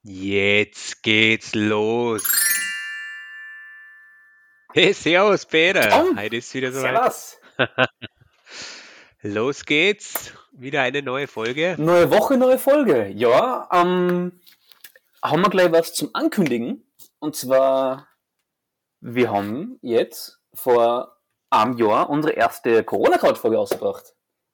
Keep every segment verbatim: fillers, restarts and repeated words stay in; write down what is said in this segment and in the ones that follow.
Jetzt geht's los. Hey, servus Peter. Tom, Heute ist wieder soweit. servus. Los geht's. Wieder eine neue Folge. Neue Woche, neue Folge. Ja, ähm, haben wir gleich was zum Ankündigen. Und zwar, wir haben jetzt vor einem Jahr unsere erste Corona-Kraut-Folge ausgebracht.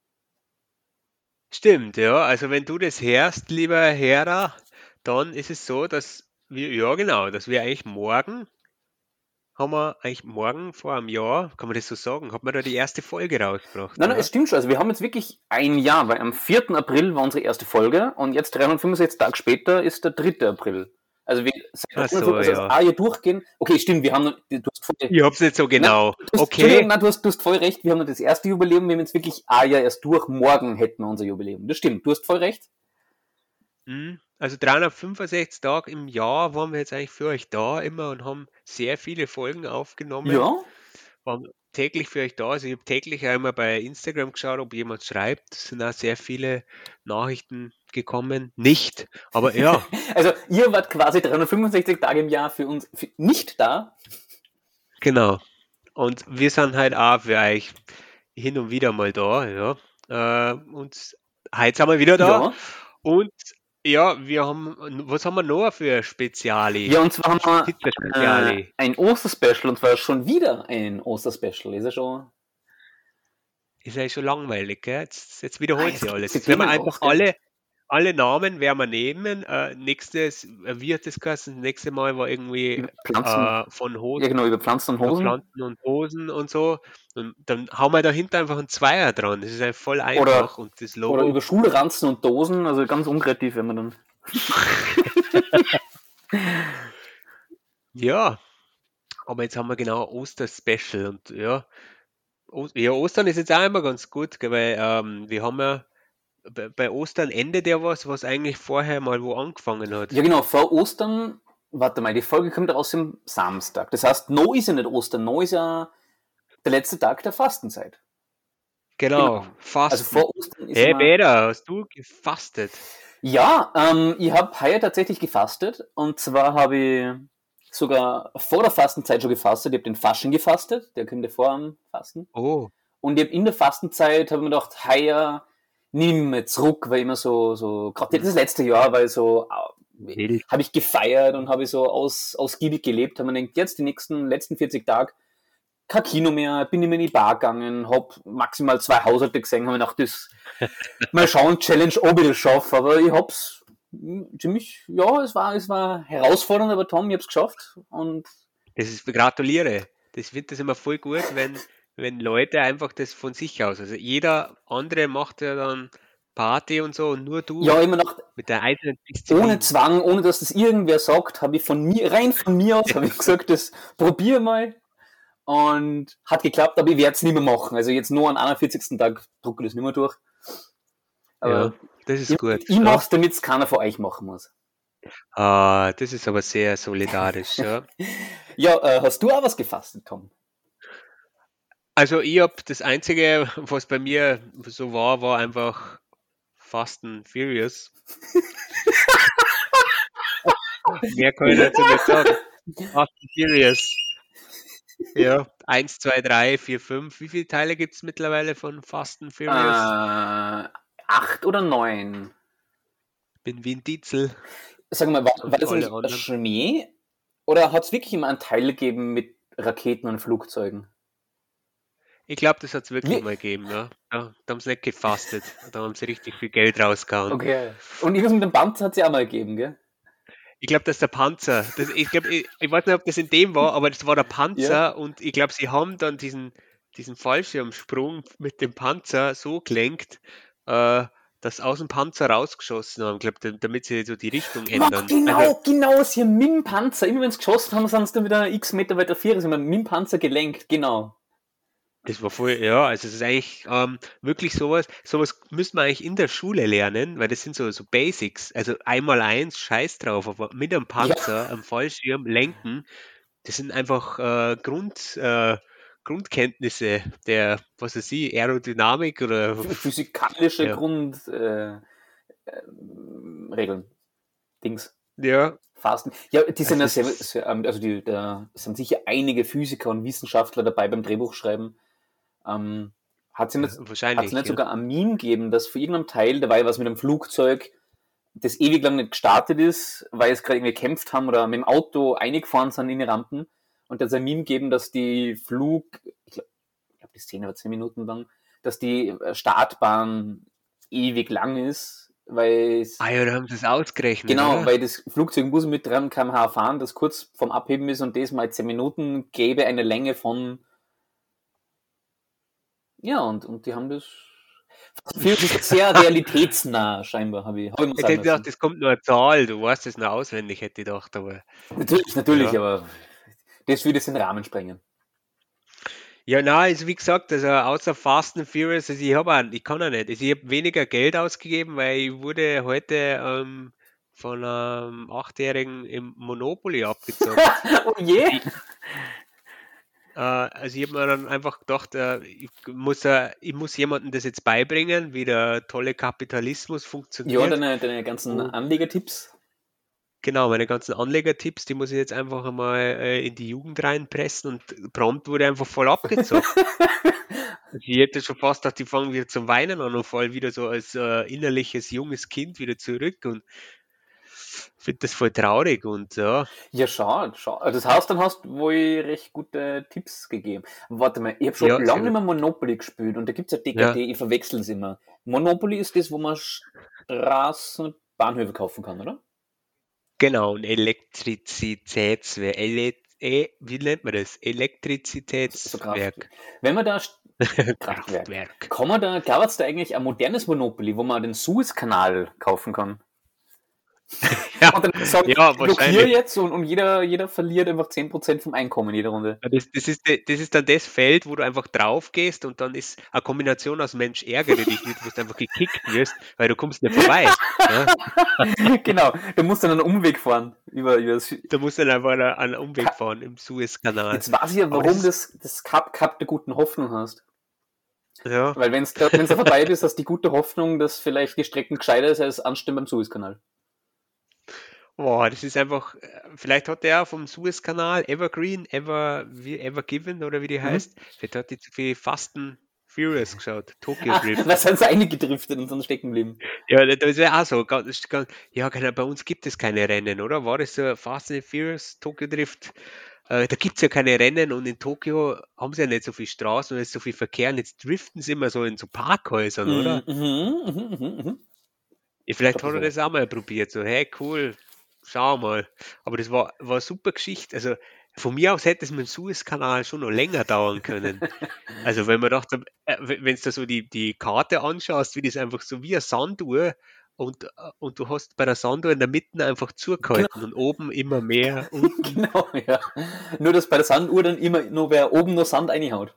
Stimmt, ja. Also wenn du das hörst, lieber Hörer, dann ist es so, dass wir, ja genau, dass wir eigentlich morgen, haben wir eigentlich morgen vor einem Jahr, kann man das so sagen, hat man da die erste Folge rausgebracht, Nein, nein, es ja? stimmt schon. Also wir haben jetzt wirklich ein Jahr, weil am vierten April war unsere erste Folge und jetzt dreihundertfünfundsechzig Tage später ist der dritte April. Also wir Ach also so, das ja. ein Jahr durchgehen. Okay, stimmt, wir haben noch, du hast voll, Ich hab's nicht so genau. Nein, du hast, Okay. Entschuldigung, nein, du hast, du hast voll recht, wir haben noch das erste Jubiläum, wir haben jetzt wirklich ein Jahr erst durch, morgen hätten wir unser Jubiläum. Das stimmt, du hast voll recht. Mhm. Also dreihundertfünfundsechzig Tage im Jahr waren wir jetzt eigentlich für euch da immer und haben sehr viele Folgen aufgenommen. Ja, Waren täglich für euch da. Also ich habe täglich einmal bei Instagram geschaut, ob jemand schreibt. Es sind auch sehr viele Nachrichten gekommen. Nicht, aber ja, also ihr wart quasi dreihundertfünfundsechzig Tage im Jahr für uns für nicht da. genau. Und wir sind halt auch für euch hin und wieder mal da, ja. Äh, und heute sind wir wieder da. Ja, Und ja, wir haben, was haben wir noch für Speziali? ja und zwar haben wir äh, Pizza-Speziali. ein Osterspecial und zwar schon wieder ein Osterspecial. Ist ja schon. Ist ja schon langweilig, gell? Jetzt, jetzt Ah, wiederholt jetzt sich gibt alles. es Jetzt werden wir Themen einfach aus, gell? alle, alle Namen werden wir nehmen. Äh, nächstes, äh, wie hat das geheißen? Das nächste Mal war irgendwie Über Pflanzen, äh, von ja Hosen, genau, über Pflanzen und über Hosen. Pflanzen und Hosen und so. Und dann hauen wir dahinter einfach einen Zweier dran. Das ist einfach voll Oder, einfach. Und das oder Logo, über Schulranzen und Dosen, also ganz unkreativ, wenn man dann. ja, aber jetzt haben wir genau Oster-Special. Und ja, O- ja, Ostern ist jetzt auch immer ganz gut, gell, weil ähm, wir haben ja bei bei Ostern endet ja was, was eigentlich vorher mal wo angefangen hat. Ja genau, vor Ostern, warte mal, die Folge kommt raus am Samstag. Das heißt, no ist ja nicht Ostern, no ist ja der letzte Tag der Fastenzeit. Genau, Genau. Also Fasten. vor Ostern ist Hey immer. Peter, hast du gefastet? Ja, ähm, ich habe heuer tatsächlich gefastet. Und zwar habe ich sogar vor der Fastenzeit schon gefastet. Ich habe den Fasching gefastet, der kommt ja vor am Fasten. Oh, Und ich habe in der Fastenzeit habe ich mir gedacht, heuer nehme ich mir zurück, weil immer so, so gerade hm, das letzte Jahr, weil so äh, wild. habe ich gefeiert und habe ich so aus, ausgiebig gelebt. Habe mir gedacht, jetzt die nächsten letzten vierzig Tage kein Kino mehr, bin nicht mehr in die Bar gegangen, habe maximal zwei Haushalte gesehen, habe mir gedacht, das mal schauen, Challenge, ob ich das schaffe. Aber ich hab's ziemlich, ja, es war, es war herausfordernd, aber Tom, ich hab's geschafft. Und Das ist, gratuliere. Das wird das immer voll gut, wenn, wenn Leute einfach das von sich aus. Also jeder andere macht ja dann Party und so und nur du ja, immer noch mit der eigenen ohne Disziplin. Zwang, ohne dass das irgendwer sagt, habe ich von mir, rein von mir aus, habe ich gesagt, das probier mal. Und hat geklappt, aber ich werde es nicht mehr machen. Also jetzt nur am einundvierzigsten Tag drucke ich das nicht mehr durch. Ja, Aber das ist ich, gut. ich Ja. mach's, damit es keiner von euch machen muss. Ah, das ist aber sehr solidarisch. Ja. Ja, äh, hast du auch was gefastet, Tom? Also ich habe das Einzige, was bei mir so war, war einfach Fast and Furious. Mehr kann ich dazu nicht sagen. Fast and Furious. Ja, eins, zwei, drei, vier, fünf. Wie viele Teile gibt es mittlerweile von Fast and Äh, Furious? acht oder neun? Bin Vin Diesel Sag mal, war, war und das alle eigentlich ein anderen. Schnee? Oder hat es wirklich immer einen Teil gegeben mit Raketen und Flugzeugen? Ich glaube, das hat es wirklich Wie? mal gegeben. Ja. Da, da haben sie nicht gefastet. Da haben sie richtig viel Geld rausgehauen. Okay. Und irgendwas mit dem Panzer hat es ja auch mal gegeben, gell? Ich glaube, das ist der Panzer. Das, ich, glaub, ich, ich weiß nicht, ob das in dem war, aber das war der Ja. Panzer und ich glaube, sie haben dann diesen, diesen Fallschirmsprung mit dem Panzer so gelenkt, äh, dass aus dem Panzer rausgeschossen haben, glaub, da- damit sie so die Richtung Ja, ändern. Also, genau, genau, sie haben mit dem Panzer, immer wenn sie geschossen haben, sind sie dann wieder x Meter weiter vier, sie haben mit dem Panzer gelenkt, genau. das war voll, ja, also es ist eigentlich ähm, wirklich sowas, sowas müsste man eigentlich in der Schule lernen, weil das sind so, so Basics. Also einmal eins, scheiß drauf, aber mit einem Ja, Panzer, einem Fallschirm, lenken, das sind einfach äh, Grund, äh, Grundkenntnisse der, was weiß ich, Aerodynamik oder ph- physikalische ja, Grundregeln, äh, äh, Regeln, Dings. Ja, Fasten. Ja, die sind also ja es sehr, ist sehr ähm, also die, da sind sicher einige Physiker und Wissenschaftler dabei beim Drehbuchschreiben. Ähm, hat es äh, nicht, hat's wahrscheinlich, nicht ja. sogar ein Meme gegeben, dass für irgendeinem Teil, da war ja was mit einem Flugzeug, das ewig lang nicht gestartet ist, weil es gerade irgendwie gekämpft haben oder mit dem Auto eingefahren sind in die Rampen. Und da hat es ein Meme gegeben, dass die Flug, ich glaube, glaub, die Szene war zehn Minuten lang, dass die äh, Startbahn ewig lang ist, weil es Ah ja, da haben sie es ausgerechnet, genau, oder? weil das Flugzeug muss mit drei Kilometer pro Stunde fahren, das kurz vorm Abheben ist und das mal zehn Minuten gäbe eine Länge von, ja, und, und die haben das, Film ist sehr realitätsnah, scheinbar, habe ich, hab ich mal Jetzt sagen hätte ich gedacht, lassen. das kommt nur eine Zahl, du weißt es noch auswendig, hätte ich gedacht, aber Natürlich, natürlich, ja. aber das würde jetzt den Rahmen sprengen. Ja, na, also wie gesagt, also außer Fast and Furious, also ich habe auch, ich kann auch nicht. Also ich habe weniger Geld ausgegeben, weil ich wurde heute ähm, von einem Achtjährigen im Monopoly abgezockt. Oh je! Ich, äh, also ich habe mir dann einfach gedacht, äh, ich muss, äh, ich muss jemandem das jetzt beibringen, wie der tolle Kapitalismus Ja, funktioniert. deine, deine ganzen Und Anlegertipps. genau, meine ganzen Anlegertipps, die muss ich jetzt einfach einmal äh, in die Jugend reinpressen und prompt wurde einfach voll abgezockt. Also ich hätte schon fast gedacht, die fangen wieder zum Weinen an und fallen wieder so als äh, innerliches junges Kind wieder zurück und finde das voll traurig und ja, Ja, schau, schau. Das heißt, dann hast du wohl recht gute Tipps gegeben. Warte mal, ich habe schon ja, sehr lange nicht gut. mehr Monopoly gespielt und da gibt es ja D K Ja, D, ich verwechsel es immer. Monopoly ist das, wo man Straßen, Bahnhöfe kaufen kann, oder? genau, ein Elektrizitätswerk, Ele e wie nennt man das? So, so Kraft. Elektrizitätswerk. Wenn man da St- Kraftwerk, Kraftwerk. kann man da, gab es da eigentlich ein modernes Monopoly, wo man den Suezkanal kaufen kann? Ja, Und dann sagt, ja, ich blockiere wahrscheinlich. jetzt und, und jeder, jeder verliert einfach zehn Prozent vom Einkommen jede Runde. Ja, Das, das, ist, de- das ist dann das Feld, wo du einfach drauf gehst und dann ist eine Kombination aus Mensch ärgere dich nicht, wo du einfach gekickt wirst, weil du kommst nicht vorbei. Ja? Genau, du musst dann einen Umweg fahren über, über das. Da musst du dann einfach einen, einen Umweg Ka- fahren im Suezkanal. Jetzt weiß ich ja, Aber das warum ist, das, das Cup Cup der guten Hoffnung hast. ja, Weil wenn es da, wenn's da vorbei bist, hast du die gute Hoffnung, dass vielleicht die Strecken gescheiter ist als Anstehen beim Suezkanal. boah, das ist einfach, äh, vielleicht hat der vom Suezkanal Evergreen, Ever, wie, Ever Given oder wie die Mhm. heißt, vielleicht hat die zu viel Fasten Furious geschaut, Tokyo Ah, Drift. da sind sie eingedriftet und sind stecken geblieben. Ja, da- das wäre auch so. Ganz, ganz, ja, genau, bei uns gibt es keine Rennen, oder? War das so Fast and Furious, Tokyo Drift? Äh, da gibt es ja keine Rennen und in Tokio haben sie ja nicht so viel Straßen und nicht so viel Verkehr und jetzt driften sie immer so in so Parkhäusern, Mhm, oder? mhm, mhm, mhm, mhm. Ja, Ich vielleicht glaube, hat das er war das auch mal probiert, so, hey, cool, schau mal. Aber das war, war eine super Geschichte. Also von mir aus hätte es mit dem Suezkanal schon noch länger dauern können. Also wenn man dachte, äh, wenn du da so die, die Karte anschaust, wie das einfach so wie eine Sanduhr und, äh, und du hast bei der Sanduhr in der Mitte einfach genau, zugehalten und oben immer mehr, unten. genau, ja. Nur, dass bei der Sanduhr dann immer nur wer oben nur Sand reinhaut.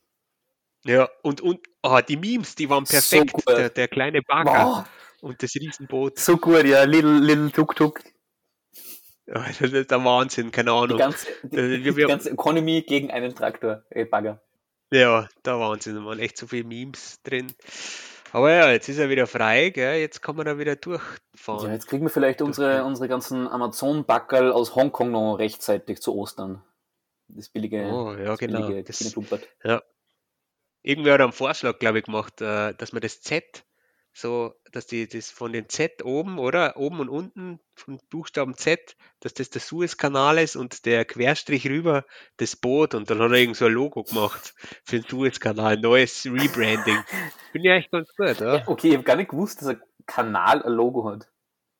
Ja, und, und oh, die Memes, die waren So perfekt. Der, gut. der kleine Bagger Wow, und das Riesenboot. so gut, ja. Little, little Tuk Tuk. Ja, das ist der Wahnsinn, keine Die Ahnung. ganze, die, Äh, Wir, die wir, ganze Economy gegen einen Traktor, äh, Bagger. ja, der Wahnsinn, da waren echt so viele Memes drin. Aber ja, jetzt ist er wieder frei, gell? Jetzt kann man da wieder Ja, durchfahren. jetzt kriegen wir vielleicht Durch unsere, den, unsere ganzen Amazon-Backerl aus Hongkong noch rechtzeitig zu Ostern. Das billige, oh, ja, das genau. billige Das, Kinderschnuppert. ja. Irgendwer hat einen Vorschlag, glaube ich, gemacht, äh, dass man das Z, so, dass die das von den Z oben, oder? Oben und unten vom Buchstaben Z, dass das der Suezkanal ist und der Querstrich rüber das Boot und dann hat er irgend so ein Logo gemacht für den Suezkanal, neues Rebranding. Finde ich eigentlich ganz gut, Ja, ja? okay, ich habe gar nicht gewusst, dass ein Kanal ein Logo hat.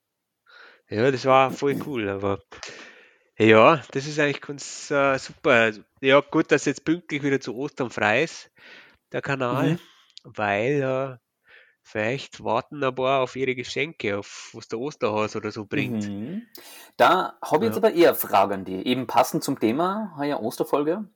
Ja, das war voll cool, aber ja, das ist eigentlich ganz äh, super. Ja, gut, dass jetzt pünktlich wieder zu Ostern frei ist, der Kanal, Mhm. weil äh, vielleicht warten ein paar auf ihre Geschenke, auf was der Osterhase oder so bringt. Mhm. Da habe ich jetzt Ja. aber eher Fragen an die. Eben passend zum Thema, heuer Osterfolge.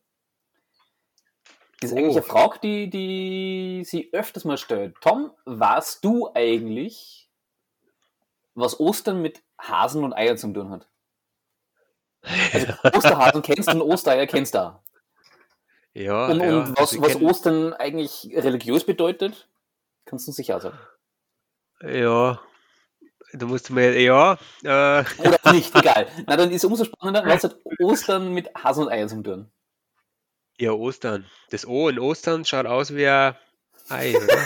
Das ist eigentlich eine Oh, Frage, die, die sie öfters mal stellt. Tom, weißt du eigentlich, was Ostern mit Hasen und Eiern zu tun hat? Also Osterhasen kennst du und Ostereier kennst du auch. ja, Und, ja, und also was, ich was kenne, Ostern eigentlich religiös bedeutet, kannst du sicher sagen. ja, du musst mir, ja, äh, Oder auch nicht, egal. Na, dann ist umso spannender, was hat Ostern mit Hasen und Eiern zu tun? ja, Ostern. Das O in Ostern schaut aus wie ein Ei, oder?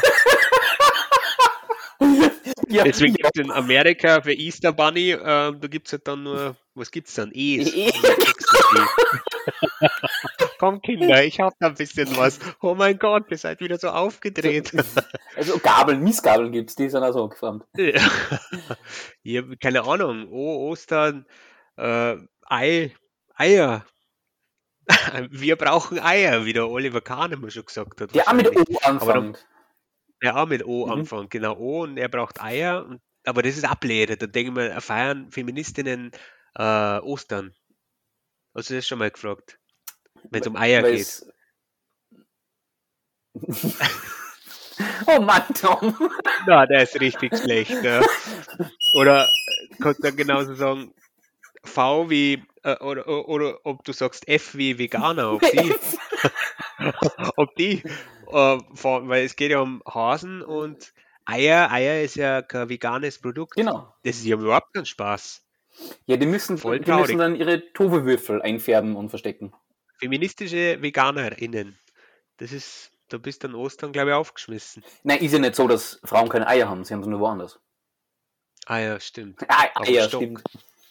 Ja, Deswegen ja. gibt es in Amerika für Easter Bunny, ähm, da gibt es halt dann nur, was gibt's dann? E's, Eh, wie Ecstasy. Komm, Kinder, ich hab da ein bisschen was. Oh mein Gott, ihr seid wieder so aufgedreht. Also Gabeln, Missgabeln gibt's, die sind auch so geformt. Ja. Ich hab keine Ahnung. Oh, Ostern, äh, Ei, Eier. Wir brauchen Eier, wie der Oliver Kahn immer schon gesagt hat, Der auch mit wahrscheinlich. O Aber dann, anfängt. ja, auch mit O Mhm. anfangen, genau. O und er braucht Eier. Und, aber das ist Ablehre. Da denke ich mir, feiern Feministinnen äh, Ostern. Hast du das schon mal gefragt? Wenn es um Eier Weil geht. es. Oh Mann, Tom. Na, der ist richtig schlecht. Ja. Oder äh, kannst du dann genauso sagen, V wie, äh, oder, oder, oder ob du sagst F wie Veganer, ob die, ob die, äh, vor- weil es geht ja um Hasen und Eier. Eier ist ja kein veganes Produkt. Genau. Das ist ja überhaupt kein Spaß. Ja, die müssen, Voll die müssen traurig. dann ihre Tofu-Würfel einfärben und verstecken. Feministische VeganerInnen. Das ist, da bist du an Ostern, glaube ich, aufgeschmissen. Nein, ist ja nicht so, dass Frauen keine Eier haben, sie haben sie nur woanders. Ah ja, stimmt. Ah, Auf dem Eier, Stock. stimmt.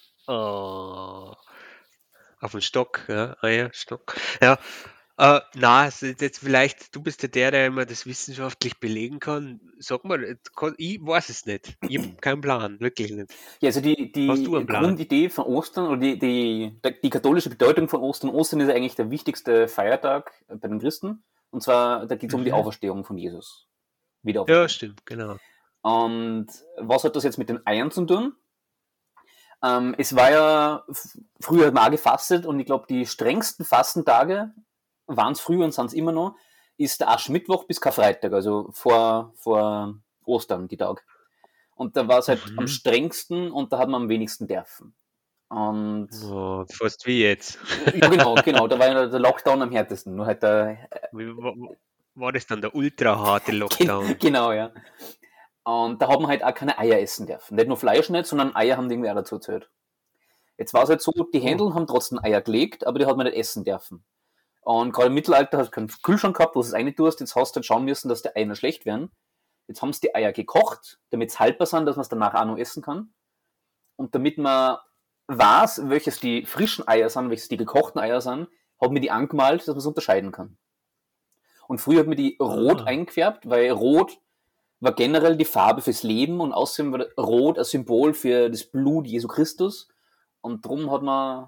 Oh, auf dem Stock, ja. Eier, Stock. Ja. Äh, na, es ist jetzt vielleicht, du bist ja der, der immer das wissenschaftlich belegen kann. Sag mal, jetzt kann- ich weiß es nicht. Ich habe keinen Plan, wirklich nicht. Ja, also die, Hast du die einen Plan? Grundidee von Ostern oder die, die, die katholische Bedeutung von Ostern, Ostern ist ja eigentlich der wichtigste Feiertag bei den Christen. Und zwar, da geht es um die Mhm. Auferstehung von Jesus. Ja, Wiederauferstehung. stimmt, genau. Und was hat das jetzt mit den Eiern zu tun? Ähm, es war ja, f- früher hat man auch gefastet und ich glaube, die strengsten Fastentage waren es früher und sind es immer noch, ist der Aschermittwoch bis Karfreitag, also vor, vor Ostern, die Tag. Und da war es halt am Mhm. strengsten und da hat man am wenigsten dürfen. Und Oh, fast wie jetzt. ja, genau, genau, da war ja der Lockdown am härtesten. Nur halt der, Wie, wa- war das dann der ultra harte Gen- Lockdown? genau, ja. Und da hat man halt auch keine Eier essen dürfen. Nicht nur Fleisch nicht, sondern Eier haben die irgendwie auch dazu gezählt. Jetzt war es halt so, die Oh. Händel haben trotzdem Eier gelegt, aber die hat man nicht essen dürfen. Und gerade im Mittelalter hast du keinen Kühlschrank gehabt, wo du es rein tust. Jetzt hast du halt schauen müssen, dass die Eier nicht schlecht werden. Jetzt haben sie die Eier gekocht, damit sie haltbar sind, dass man es danach auch noch essen kann. Und damit man weiß, welches die frischen Eier sind, welches die gekochten Eier sind, hat man die angemalt, dass man es unterscheiden kann. Und früher hat man die rot Ah. eingefärbt, weil rot war generell die Farbe fürs Leben und außerdem war rot ein Symbol für das Blut Jesu Christus. Und darum hat man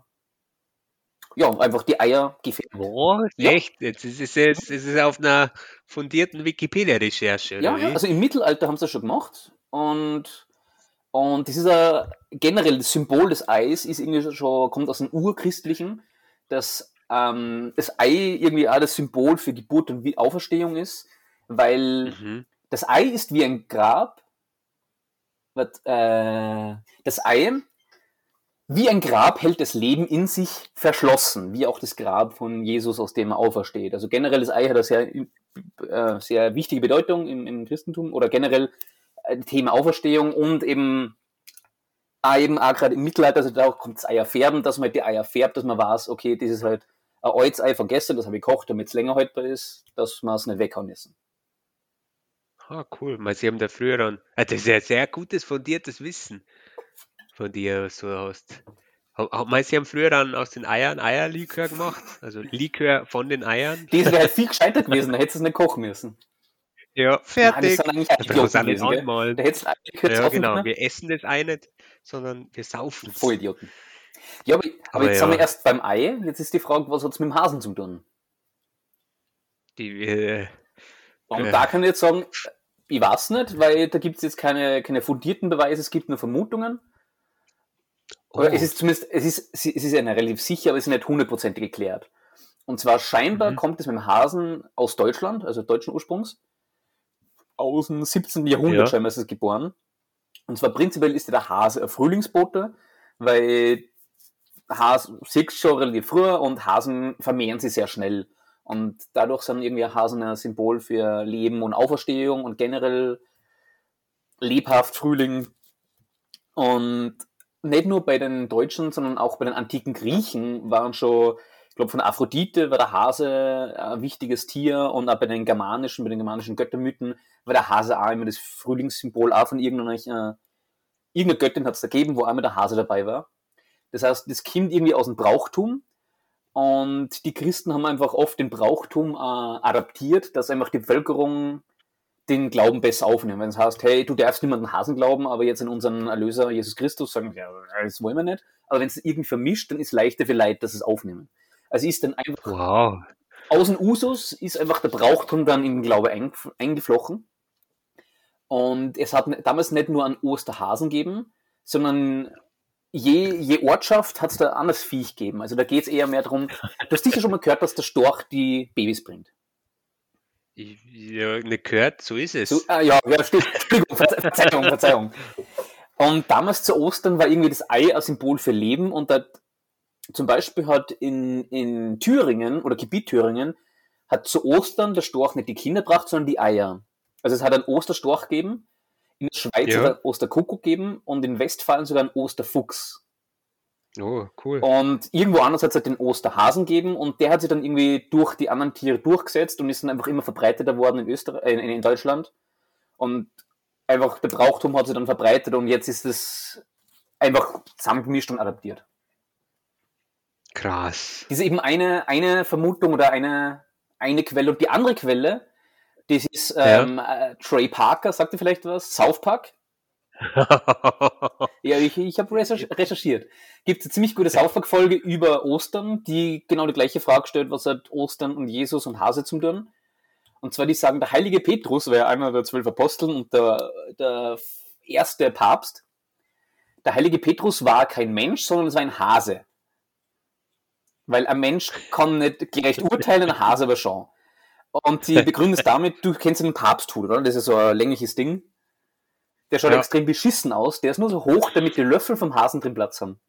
ja einfach die Eier gefärbt. Was? Ja, Echt? Jetzt ist es jetzt, ist es auf einer fundierten Wikipedia-Recherche, ja, oder ja. wie? Also im Mittelalter haben sie das schon gemacht. Und, und das ist ein generell das Symbol des Eis, ist irgendwie schon, kommt aus dem Urchristlichen, dass ähm, das Ei irgendwie auch das Symbol für Geburt und Wie- Auferstehung ist, weil Mhm. das Ei ist wie ein Grab. Was, äh, das Ei, wie ein Grab, hält das Leben in sich verschlossen, wie auch das Grab von Jesus, aus dem er aufersteht. Also generell das Ei hat eine sehr, äh, sehr wichtige Bedeutung im, im Christentum oder generell äh, Thema Auferstehung und eben auch, eben auch gerade im Mittelalter, also da kommt das Eier färben, dass man halt die Eier färbt, dass man weiß, okay, das ist halt ein altes Ei von gestern, das habe ich gekocht, damit es länger haltbar ist, dass man es nicht weghauen müssen. Ah, cool. Weil sie haben da früher dann, ah, das ist ja sehr gutes, fundiertes Wissen von dir, was du hast. Ha- ha- Meinst du, sie haben früher dann aus den Eiern Eierlikör gemacht? Also Likör von den Eiern? Das wäre halt viel gescheiter gewesen, da hättest du es nicht kochen müssen. Ja, Nein, das sind fertig. eigentlich auch Da brauchst du Idioten auch nicht gewesen, gell? Da anmalen. hättest du eigentlich kurz Ja, offen genau. können. Wir essen das auch nicht, sondern wir saufen es. Vollidioten. Ja, aber, aber Aber jetzt sind wir ja, erst beim Ei. Jetzt ist die Frage, was hat es mit dem Hasen zu tun? die, äh, Und äh, da kann ich jetzt sagen, ich weiß nicht, weil da gibt es jetzt keine, keine fundierten Beweise, es gibt nur Vermutungen. Oder es oh, ist zumindest, es ist, es ist ja relativ sicher, aber es ist nicht hundertprozentig geklärt. Und zwar scheinbar mhm. kommt es mit dem Hasen aus Deutschland, also deutschen Ursprungs. Aus dem siebzehnten. Jahrhundert Ja, scheinbar ist es geboren. Und zwar prinzipiell ist ja der Hase ein Frühlingsbote, weil Hasen siehst schon relativ früh und Hasen vermehren sich sehr schnell. Und dadurch sind irgendwie Hasen ein Symbol für Leben und Auferstehung und generell lebhaft Frühling. Und nicht nur bei den Deutschen, sondern auch bei den antiken Griechen waren schon, ich glaube, von Aphrodite war der Hase ein wichtiges Tier und auch bei den germanischen, bei den germanischen Göttermythen war der Hase auch immer das Frühlingssymbol auch von irgendeiner, äh, irgendeiner Göttin hat es da gegeben, wo auch immer der Hase dabei war. Das heißt, das kommt irgendwie aus dem Brauchtum und die Christen haben einfach oft den Brauchtum äh, adaptiert, dass einfach die Bevölkerung den Glauben besser aufnehmen. Wenn es heißt, hey, du darfst niemanden Hasen glauben, aber jetzt in unseren Erlöser Jesus Christus sagen, ja, das wollen wir nicht. Aber wenn es irgendwie vermischt, dann ist es leichter für Leute, dass es aufnehmen. Also ist dann einfach Wow. aus dem Usus ist einfach der Brauchtum dann in den Glaube eingef- eingeflochten. Und es hat damals nicht nur einen Osterhasen gegeben, sondern je, je Ortschaft hat es da ein anderes Viech gegeben. Also da geht es eher mehr darum, du hast sicher schon mal gehört, dass der Storch die Babys bringt. Ich, ja, nicht gehört, so ist es. So, ah, ja, ja, stimmt. Entschuldigung, Verze- Verzeihung, Verzeihung. Und damals zu Ostern war irgendwie das Ei ein Symbol für Leben und da, zum Beispiel hat in, in Thüringen oder Gebiet Thüringen hat zu Ostern der Storch nicht die Kinder gebracht, sondern die Eier. Also es hat einen Osterstorch gegeben, in der Schweiz Ja. hat es einen Osterkuckuck gegeben und in Westfalen sogar einen Osterfuchs. Oh, cool. Und irgendwo anders hat es halt den Osterhasen gegeben und der hat sich dann irgendwie durch die anderen Tiere durchgesetzt und ist dann einfach immer verbreiteter worden in, Österreich, äh, in, in Deutschland. Und einfach der Brauchtum hat sich dann verbreitet und jetzt ist es einfach zusammengemischt und adaptiert. Krass. Das ist eben eine, eine Vermutung oder eine, eine Quelle. Und die andere Quelle, das ist ähm, äh, Trey Parker, sagt ihr vielleicht was? South Park? Ja, ich, ich habe recherchiert. Gibt es eine ziemlich gute South Park-Folge über Ostern, die genau die gleiche Frage stellt, was hat Ostern und Jesus und Hase zum tun? Und zwar, die sagen, der heilige Petrus war ja einer der zwölf Aposteln und der, der erste Papst. Der heilige Petrus war kein Mensch, sondern es war ein Hase. Weil ein Mensch kann nicht gerecht urteilen, ein Hase aber schon. Und sie begründen es damit, du kennst den Papsthut, oder? Das ist so ein längliches Ding. Der schaut Ja. extrem beschissen aus. Der ist nur so hoch, damit die Löffel vom Hasen drin Platz haben.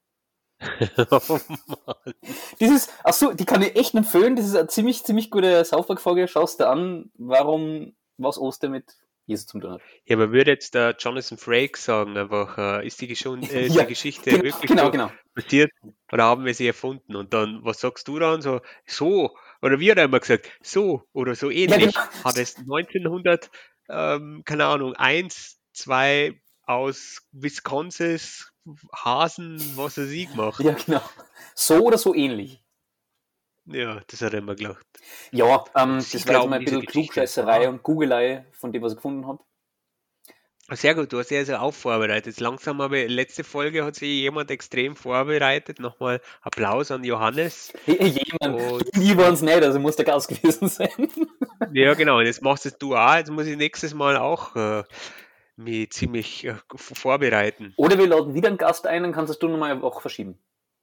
Oh Mann. Dieses, achso, die kann ich echt empfehlen. Das ist eine ziemlich, ziemlich gute South Park-Folge. Schaust dir an, warum, was Ostern mit Jesus zum tun hat. Ja, aber würde jetzt der Jonathan Frakes sagen, einfach, äh, ist, die Geschun- äh, ist Ja, die Geschichte genau, wirklich genau, so genau. passiert oder haben wir sie erfunden? Und dann, was sagst du dann? So, so, oder wie hat er immer gesagt, so oder so Ja, ähnlich. genau. Hat es neunzehnhundert, ähm, keine Ahnung, eins, zwei aus Wisconsin Hasen, was er sie gemacht. Ja, genau. So oder so ähnlich. Ja, das hat er immer gedacht. Ja, ähm, Und Sie das war jetzt glauben mal ein dieser bisschen Geschichte. Klugscheißerei Ah. und Googelei von dem, was ich gefunden habe. Sehr gut, du hast sehr, sehr auch vorbereitet. Langsam aber letzte Folge hat sich jemand extrem vorbereitet. Nochmal Applaus an Johannes. Jemand, Und nie war uns nicht, also muss der Gast gewesen sein. ja, genau, und jetzt machst es du auch. Jetzt muss ich nächstes Mal auch äh, mich ziemlich äh, vorbereiten. Oder wir laden wieder einen Gast ein, dann kannst du nochmal eine Woche verschieben.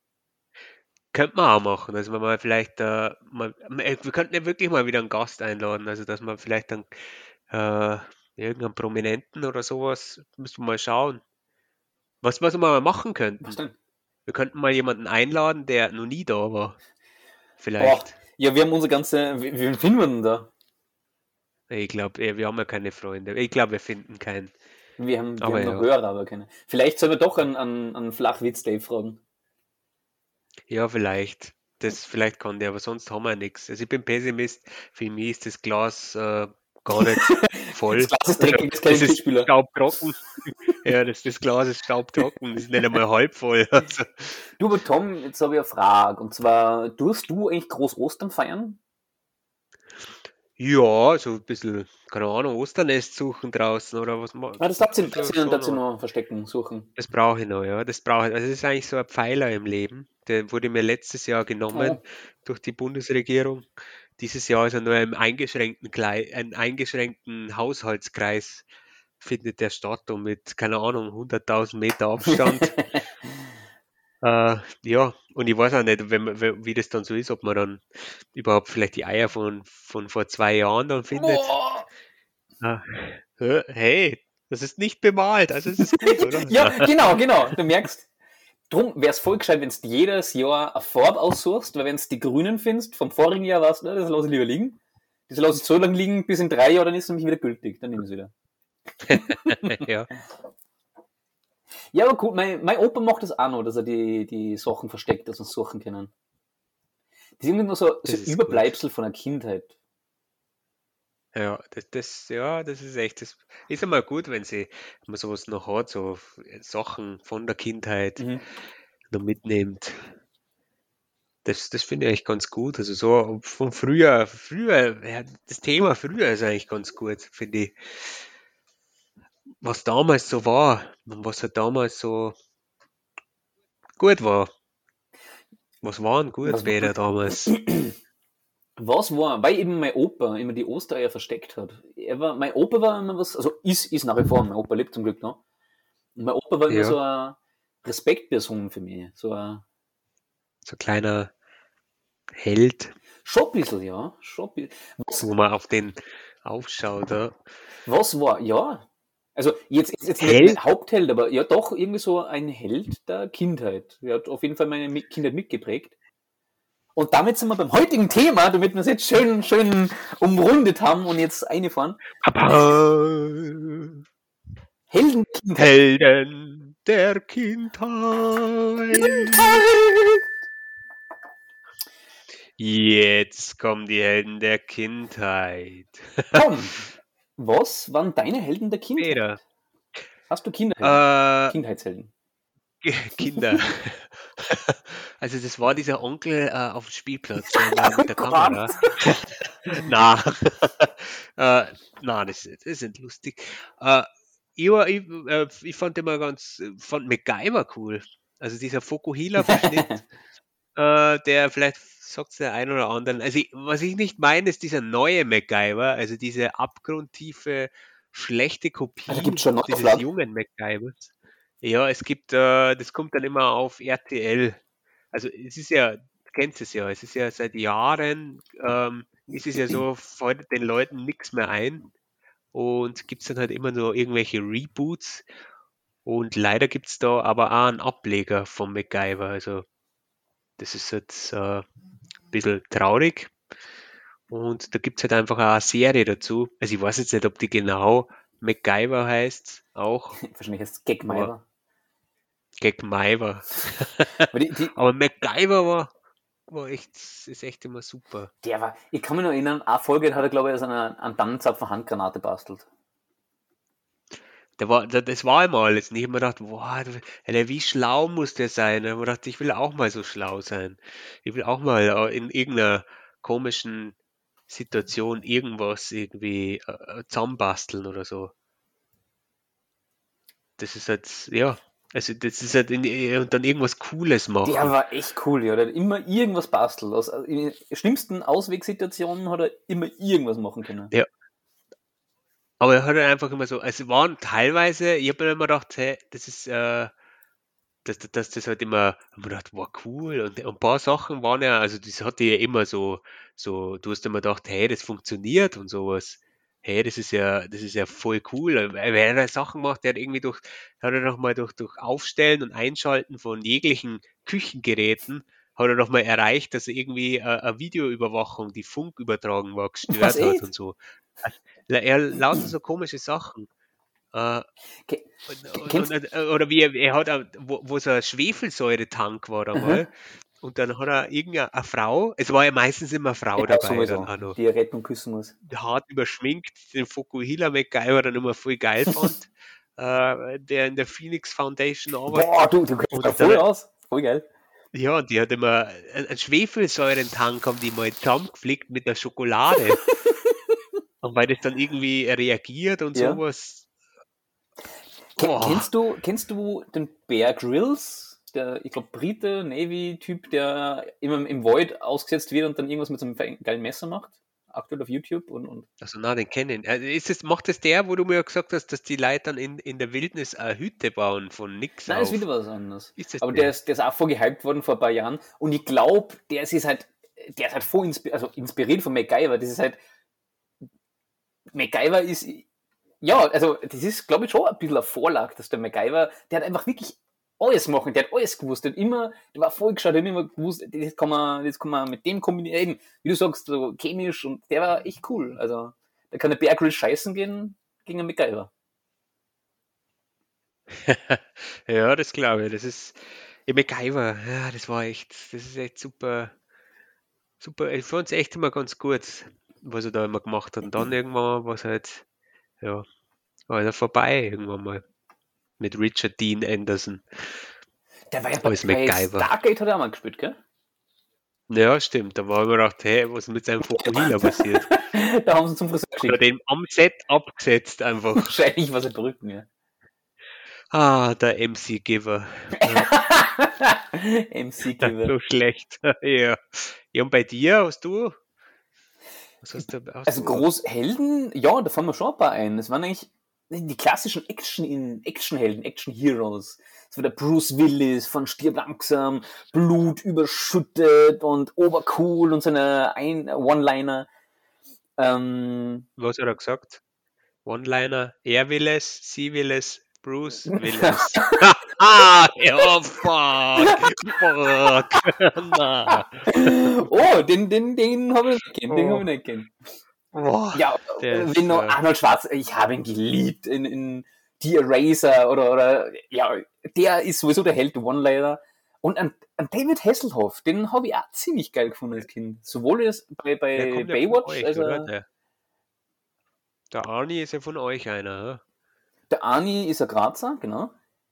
Könnte man auch machen. Also wenn man vielleicht, äh, mal, äh, wir könnten ja wirklich mal wieder einen Gast einladen. Also dass man vielleicht dann äh, irgendeinen Prominenten oder sowas, müssen wir mal schauen. Was, was wir mal machen Was könnten. denn? Wir könnten mal jemanden einladen, der noch nie da war. Boah, Vielleicht. ja, wir haben unsere ganze. Wie, wie finden wir denn da? Ich glaube, wir haben ja keine Freunde. Ich glaube, wir finden keinen. Wir haben, wir Aber haben noch ja. Hörer, aber keine. Vielleicht sollen wir doch einen, einen, einen Flachwitz-Dave fragen. Ja, vielleicht. Das vielleicht kann der, aber sonst haben wir nichts. Also ich bin Pessimist. Für mich ist das Glas äh, gar nicht voll. Das Glas ist dreckig, das ist kein Es ist Geschirrspüler. staubtrocken. Ja, das, das Glas ist staubtrocken. Das ist nicht einmal halb voll. Also, Du, aber Tom, jetzt habe ich eine Frage. Und zwar, tust du eigentlich groß Ostern feiern? ja, so ein bisschen, keine Ahnung, Osternest suchen draußen oder was ma- Ah, das darfst du, schon, darfst du, schon darfst du noch. noch verstecken, suchen. Das brauche ich noch, ja. Das brauche ich. Also das ist eigentlich so ein Pfeiler im Leben. Der wurde mir letztes Jahr genommen Oh. durch die Bundesregierung. Dieses Jahr ist er nur im eingeschränkten, Klei- einen eingeschränkten Haushaltskreis findet der statt und mit, keine Ahnung, hunderttausend Meter Abstand. Äh, ja, und ich weiß auch nicht, wenn man, wie wie das dann so ist, ob man dann überhaupt vielleicht die Eier von, von vor zwei Jahren dann findet. Boah. Ah, hä? Hey, das ist nicht bemalt, also es ist gut, oder? Ja, genau, genau. Du merkst, drum wäre es voll gescheit, wenn du jedes Jahr eine Farbe aussuchst, weil wenn du die grünen findest, vom vorigen Jahr weißt du, das lasse ich lieber liegen. Das lasse ich so lange liegen, bis in drei Jahren, dann ist es nämlich wieder gültig. Dann nehme ich es wieder. Ja. Ja, aber gut, mein, mein Opa macht das auch noch, dass er die, die Sachen versteckt, dass wir suchen können. Das ist irgendwie nur so, so Das ist gut. Überbleibsel von der Kindheit. Ja, das, das, ja, das ist echt, das ist einmal gut, wenn sie, wenn man sowas noch hat, so Sachen von der Kindheit Mhm. noch mitnimmt. Das, das finde ich eigentlich ganz gut. Also so von früher, früher, ja, das Thema früher ist eigentlich ganz gut, finde ich. Was damals so war und was halt damals so gut war. Was waren gut Was, Bäder damals? was war, weil eben mein Opa immer die Ostereier versteckt hat. Er war, mein Opa war immer was, also ist, ist nach wie vor, mein Opa lebt zum Glück noch. Und mein Opa war immer Ja, so eine Respektperson für mich. So ein, so ein kleiner Held, schon ein bisschen, ja. Schon ein bisschen. Was, wo man auf den aufschaut. Ja. was war, ja. Also jetzt ist jetzt nicht Held? mein Hauptheld, aber ja doch irgendwie so ein Held der Kindheit. Er hat auf jeden Fall meine Mi- Kindheit mitgeprägt. Und damit sind wir beim heutigen Thema, damit wir es jetzt schön, schön umrundet haben und jetzt einfahren. Papa, Helden der Kindheit. Helden der Kindheit. Jetzt kommen die Helden der Kindheit. Tom, was waren deine Helden der Peter, Kindheit? Hast du Kinderhelden? äh, Kindheitshelden? Kinder. Also das war dieser Onkel äh, auf dem Spielplatz, der immer Oh mit der Gott! Kamera. Na, äh, na, das, das ist nicht lustig. Äh, ich, war, ich, äh, ich fand immer ganz, fand MacGyver cool. Also dieser Fokuhila-Verschnitt, äh, der vielleicht sagt der ein oder anderen. Also ich, was ich nicht meine, ist dieser neue MacGyver, also diese abgrundtiefe, schlechte Ah, da gibt Kopie es schon dieses Neuauflagen. jungen MacGyvers. Ja, es gibt, äh, das kommt dann immer auf R T L. Also es ist ja, du kennst es ja, es ist ja seit Jahren, ähm, ist es ja so, fällt den Leuten nichts mehr ein und gibt es dann halt immer nur irgendwelche Reboots und leider gibt es da aber auch einen Ableger von MacGyver. Also das ist jetzt äh, ein bisschen traurig und da gibt es halt einfach auch eine Serie dazu. Also ich weiß jetzt nicht, ob die genau MacGyver heißt, auch, Wahrscheinlich heißt es Gag aber Maiver. Gagmaiver. Weil die, die, Aber MacGyver war, war echt, ist echt immer super. der war, ich kann mich noch erinnern, eine Folge hat er, glaube ich, aus einer, einen Tannenzapfen Handgranate bastelt. Der war, der, das war einmal jetzt nicht. Ich hab mir gedacht, boah, du- Alter, wie schlau muss der sein? Ich hab mir gedacht, ich will auch mal so schlau sein. Ich will auch mal äh, in irgendeiner komischen Situation irgendwas irgendwie äh, äh, zusammenbasteln oder so. Das ist halt, ja, also das ist halt in, äh, und dann irgendwas Cooles Der machen. war echt cool, ja. Der hat immer irgendwas bastelt. Aus, also in den schlimmsten Auswegssituationen hat er immer irgendwas machen können. Ja, aber er hat halt einfach immer so, also waren teilweise, ich habe mir immer gedacht, hey, das ist, äh, dass, dass das halt immer, hab mir gedacht, wow, cool. Und ein paar Sachen waren ja, also das hatte ja immer so, so, du hast immer gedacht, hey, das funktioniert und sowas. Hey, das ist ja, das ist ja voll cool. Weil er da Sachen macht, der hat irgendwie durch, hat er noch mal durch, durch Aufstellen und Einschalten von jeglichen Küchengeräten, hat er noch mal erreicht, dass er irgendwie äh, eine Videoüberwachung, die funkübertragen war, Was gestört hat echt? und so. Also, er lauter so komische Sachen. Äh, Ke- und, ke- und, und, Kennst und, oder wie er, er hat, auch- wo, wo so ein Schwefelsäure-Tank war Aha. einmal, und dann hat er irgendeine eine Frau, es war ja meistens immer eine Frau Ja, dabei, dann sowieso. auch noch, Die er retten und küssen muss. hart überschminkt, den Fukuhila MacGyver dann immer voll geil fand, äh, der in der Phoenix Foundation Boah, arbeitet. du, du kennst da Und voll dann, aus. Voll geil. ja, die hat immer einen Schwefelsäurentank, haben die mal zusammengeflickt mit der Schokolade. Und weil das dann irgendwie reagiert und Ja. sowas. Ke- Boah, Kennst du, kennst du den Bear Grylls? Der, ich glaube, Brite, Navy-Typ, der immer im Void ausgesetzt wird und dann irgendwas mit so einem geilen Messer macht? Aktuell auf YouTube und, und. also na, den kennen. Äh, Ist es, macht es der, wo du mir gesagt hast, dass die Leute dann in, in der Wildnis eine Hütte bauen von nix Nein, ist wieder auf? was anderes. Ist es Aber der der? ist, der ist auch voll gehypt worden vor ein paar Jahren. Und ich glaube, der ist jetzt halt, der ist halt voll inspi also inspiriert von MacGyver. Das ist halt, MacGyver ist, ja, also das ist, glaube ich, schon ein bisschen eine Vorlage, dass der MacGyver, der hat einfach wirklich alles machen, der hat alles gewusst, der hat immer, der war voll geschaut, der hat immer gewusst, das kann man, das kann man mit dem kombinieren, eben, wie du sagst, so chemisch und der war echt cool. Also, da kann der Bear Grylls scheißen gehen gegen einen MacGyver. Ja, das glaube ich. Das ist ja, MacGyver. Ja, das war echt, das ist echt super, super. Ich fand es echt immer ganz gut, was er da immer gemacht hat. Und dann irgendwann war es halt, ja, war er vorbei irgendwann mal mit Richard Dean Anderson Der war ja bei, als bei MacGyver. Stargate hat er auch mal gespielt, gell? Ja, stimmt. Da war ich mir gedacht, hey, was ist mit seinem Fokuhila passiert? Da haben sie zum Friseur Oder geschickt. den am Set abgesetzt einfach. Wahrscheinlich war es Brücken, ja. Ah, der M C Giver. Ja, M C Giver. so schlecht. Ja. Ja, und bei dir hast du, was hast du, hast Also du? Großhelden, ja, da fallen mir schon ein paar ein. Das waren eigentlich die klassischen Action Actionhelden, Action Heroes. Das war der Bruce Willis von Stirb langsam, Blut überschüttet und obercool und seine ein One-Liner. Ähm, Was hat er gesagt? One-Liner, er will es, sie will es, Bruce will es. Ah, ja, fuck, fuck, na. oh, den, den, den habe ich nicht kennen, den habe Oh, ich nicht kennen. boah, Ja, der wenn ist, noch äh, Arnold Schwarzenegger, ich habe ihn geliebt in, in The Eraser oder, oder, ja, der ist sowieso der Held, der One-Liner. Und an, an David Hasselhoff, den habe ich auch ziemlich geil gefunden als Kind. Sowohl als bei, der bei kommt ja von Baywatch, euch, als oder? er, Der, der Arnie ist ja von euch einer, der Arnie ist ein Grazer, genau.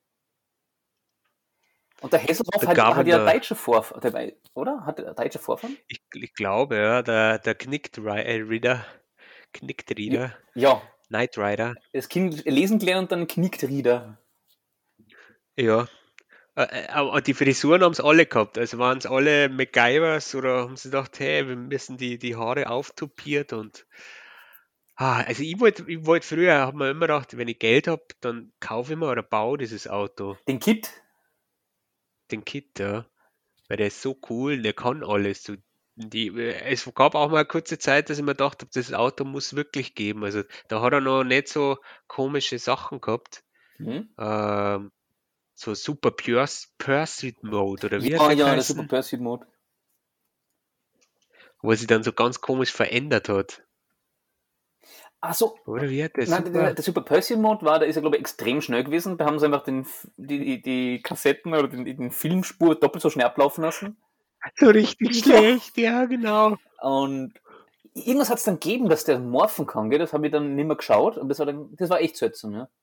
Und der hä? Hasselhoff Der hat, hat ja Governor, deutsche Vorfahren, oder? Hat er deutsche Vorfahren? ich, ich glaube, ja, der, der Knicked Ri- äh, Rider, Knicked Ja, Rider, ja, Knight Rider, das Kind lesen gelernt und dann knickt Rieder. ja. Äh, äh, aber die Frisuren haben es alle gehabt. Also waren es alle MacGyvers oder haben sie gedacht, hey, wir müssen die, die Haare auftupiert und ah, also ich wollte ich wollt früher, habe mir immer gedacht, wenn ich Geld habe, dann kaufe ich mir oder baue dieses Auto, Den Kid, den Kit, ja, weil der ist so cool, der kann alles. Du, die, es gab auch mal eine kurze Zeit, dass ich mir gedacht habe, das Auto muss wirklich geben. Also da hat er noch nicht so komische Sachen gehabt. hm? Ähm, so Super Purs- Pursuit Mode oder wie hat Ja, der ja, der Super geheißen? Pursuit Mode. Wo er sich dann so ganz komisch verändert hat. Ach so, Oder wie hat der nein, der, Super? der Super Persian Mode war, da ist er, glaube ich, extrem schnell gewesen. Da haben sie einfach den, die, die, die Kassetten oder den, den Filmspur doppelt so schnell ablaufen lassen. So richtig Ja. schlecht, ja, genau. Und irgendwas hat es dann gegeben, dass der morphen kann, gell? Das habe ich dann nicht mehr geschaut. Und das war dann, das war echt seltsam, ja.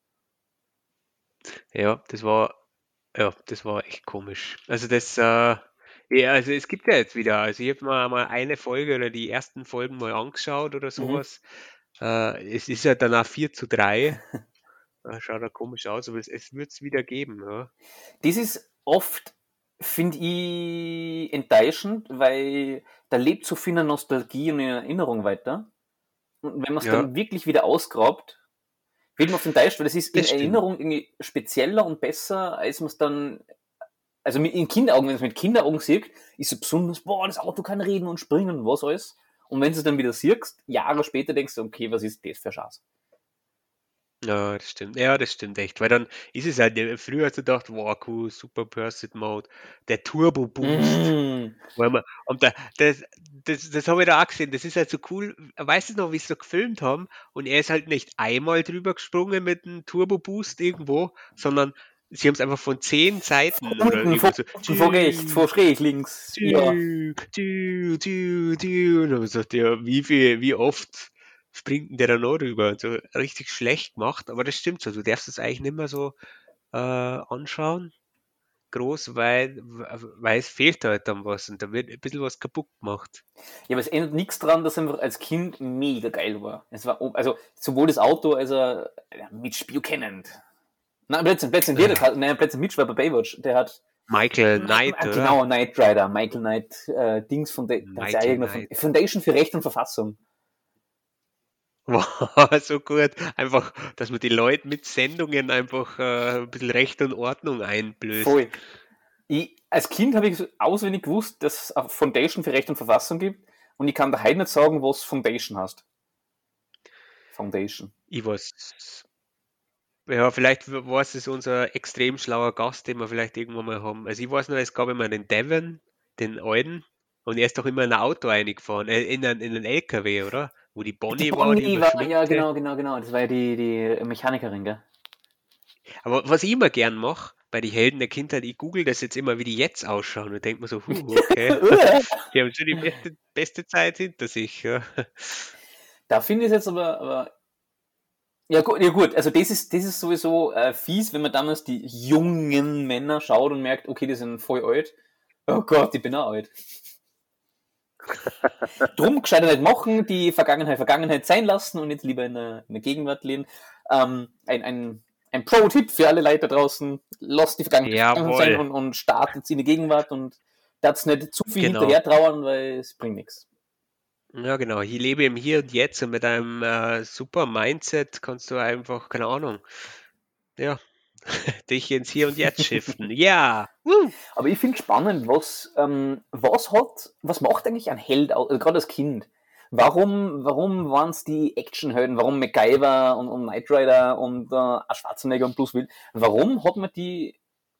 Ja, das war, ja, das war echt komisch. Also das, äh, ja, also es gibt ja jetzt wieder, also ich habe mal, mal eine Folge oder die ersten Folgen mal angeschaut oder Mhm. sowas. Äh, es ist ja danach vier zu drei. Äh, schaut ja komisch aus, aber es, es wird es wieder geben, ja. Das ist oft, finde ich, enttäuschend, weil da lebt so viel in Nostalgie und in Erinnerung weiter. Und wenn man es Ja, dann wirklich wieder ausgrabt, wird man oft enttäuscht, weil das ist in das stimmt. Erinnerung irgendwie spezieller und besser, als man es dann, also mit, in Kinderaugen, wenn man es mit Kinderaugen sieht, ist es besonders, boah, das Auto kann reden und springen und was alles. Und wenn du es dann wieder siehst, Jahre später denkst du, okay, was ist das für ein Schatz? Ja, das stimmt. Ja, das stimmt echt. Weil dann ist es halt, ja, früher hast du gedacht, wow, cool, Super Pursuit Mode, der Turbo Boost. Mm. Weil man, und da, das, das, das habe ich da auch gesehen. Das ist halt so cool. Weißt du noch, wie sie so gefilmt haben? Und er ist halt nicht einmal drüber gesprungen mit einem Turbo Boost irgendwo, sondern sie haben es einfach von zehn Seiten oder Unten, vor irgendwo so. unten, vor rechts, vor schräg links. Ja. Tü, tü, tü, tü. Und dann hab ich gesagt, ja, wie viel, wie oft springt denn der da noch rüber? Und so richtig schlecht gemacht, aber das stimmt so. Du darfst es eigentlich nicht mehr so äh, anschauen, groß, weil, weil es fehlt halt dann was und da wird ein bisschen was kaputt gemacht. Ja, aber es ändert nichts dran, dass er einfach als Kind mega geil war. Es war, also sowohl das Auto als auch ja, Mitch Buchanan. Nein, plötzlich, plötzlich, Äh, der, nein, plötzlich Mitch war bei Baywatch. Der hat, Michael Knight, oder? genau, Knight Rider, Michael Knight, äh, Dings von der, der ist ja Michael irgendeine Knight. Foundation für Recht und Verfassung. Wow, so gut. Einfach, dass man die Leute mit Sendungen einfach äh, ein bisschen Recht und Ordnung einblößt. Voll. Ich, als Kind habe ich so auswendig gewusst, dass es eine Foundation für Recht und Verfassung gibt und ich kann da heute nicht sagen, was Foundation heißt. Foundation. Ich weiß, ja, vielleicht war es unser extrem schlauer Gast, den wir vielleicht irgendwann mal haben. Also ich weiß noch, es gab immer den Devon, den Alten, und er ist doch immer in ein Auto reingefahren, äh, in einen, in einen L K W, oder? Wo die Die Bonnie war, die Bonnie war, ja, überschminkte. genau, genau, genau. Das war ja die, die Mechanikerin, gell? Aber was ich immer gern mache, bei den Helden der Kindheit, ich google das jetzt immer, wie die jetzt ausschauen und denke mir so, huh, okay, die haben schon die beste, beste Zeit hinter sich. Ja. Da finde ich es jetzt aber, aber ja gut, ja gut, also das ist, das ist sowieso äh, fies, wenn man damals die jungen Männer schaut und merkt, okay, die sind voll alt. Oh Gott, ich bin auch alt. Drum gescheiter nicht machen, die Vergangenheit Vergangenheit sein lassen und jetzt lieber in der, in der Gegenwart leben. Ähm, ein, ein, ein Pro-Tipp für alle Leute da draußen, lasst die Vergangenheit Vergangenheit sein Jawohl, und, und startet in die Gegenwart und darf's nicht zu viel genau. hinterher trauern, weil es bringt nichts. Ja, genau. Ich lebe im Hier und Jetzt und mit einem äh, super Mindset kannst du einfach, keine Ahnung, ja, dich ins Hier und Jetzt shiften. Ja, woo. Aber ich finde spannend, was, ähm, was hat, was macht eigentlich ein Held aus, also gerade als Kind? Warum, warum waren es die Actionhelden? Warum MacGyver und, und Knight Rider und äh, ein Schwarzenegger und Bruce Willis? Warum hat man die,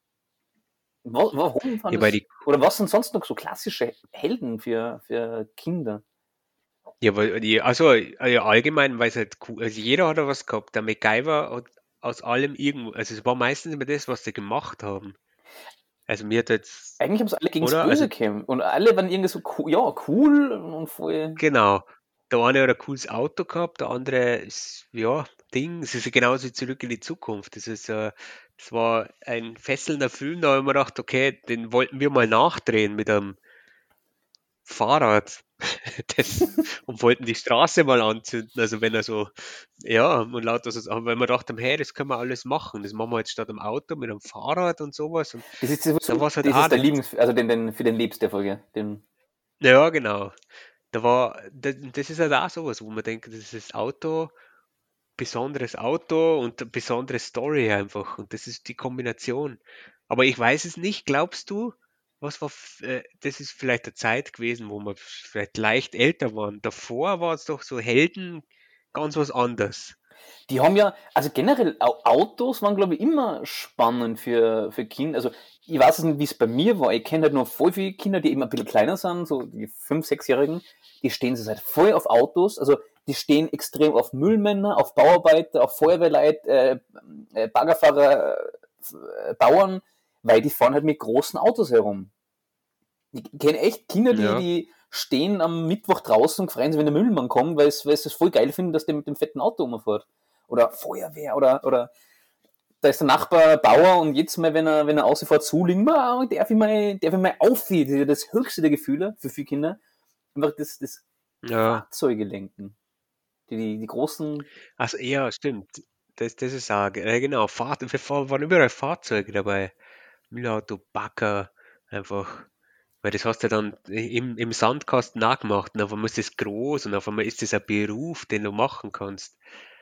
wa- warum waren Ja, weil das, die, oder was sind sonst noch so klassische Helden für, für Kinder? ja, weil die, also ja, allgemein, weil es halt cool, also jeder hat da was gehabt. Der MacGyver hat aus allem irgendwo, also es war meistens immer das, was sie gemacht haben. Also mir hat jetzt, Eigentlich haben es alle gegen das oder? Also Böse gekämpft und alle waren irgendwie so cool, ja, cool und voll. genau. Der eine hat ein cooles Auto gehabt, der andere ist, ja, Ding. Es ist ja genauso wie Zurück in die Zukunft. Das ist, äh, das war ein fesselnder Film, da habe ich mir gedacht, okay, den wollten wir mal nachdrehen mit einem Fahrrad. Das, und wollten die Straße mal anzünden. Also wenn er so, ja, und lauter so, aber weil wir dachten, hey, das können wir alles machen. Das machen wir jetzt statt einem Auto mit einem Fahrrad und sowas. Und Das ist sowieso, da war es halt das auch ist der nicht. Lieblings, also den, den, für den Liebs der Folge. Den, Ja, genau. Da war, das, das ist halt auch sowas, wo man denkt, das ist das Auto, besonderes Auto und eine besondere Story einfach. Und das ist die Kombination. Aber ich weiß es nicht. Glaubst du, was war, f- äh, das ist vielleicht eine Zeit gewesen, wo wir vielleicht leicht älter waren. Davor war es doch so Helden ganz was anderes. Die haben ja, also generell Au- Autos waren, glaube ich, immer spannend für, für Kinder. Also ich weiß es nicht, wie es bei mir war. Ich kenne halt nur voll viele Kinder, die eben ein bisschen kleiner sind, so die fünf, sechsjährigen, die stehen so seit voll auf Autos. Also die stehen extrem auf Müllmänner, auf Bauarbeiter, auf Feuerwehrleute, äh, äh, Baggerfahrer, äh, Bauern, weil die fahren halt mit großen Autos herum. Ich kenne echt Kinder, die, Ja, die stehen am Mittwoch draußen und freuen sich, wenn der Müllmann kommt, weil es, weil es das voll geil finden, dass der mit dem fetten Auto umfährt. Oder Feuerwehr oder, oder da ist der Nachbar Bauer und jetzt mal, wenn er, wenn er ausfährt, zulegen, ah, darf ich mal, darf ich mal aufhören. Das ist ja das höchste der Gefühle für viele Kinder. Einfach das, das ja. Fahrzeuge lenken. Die, die, die großen, Also ja, stimmt. Das, das ist auch, äh, genau, Fahr wir fahren, waren überall Fahrzeuge dabei. Müllauto, Bagger, einfach. Weil das hast du dann im, im Sandkasten nachgemacht und auf einmal ist das groß und auf einmal ist das ein Beruf, den du machen kannst.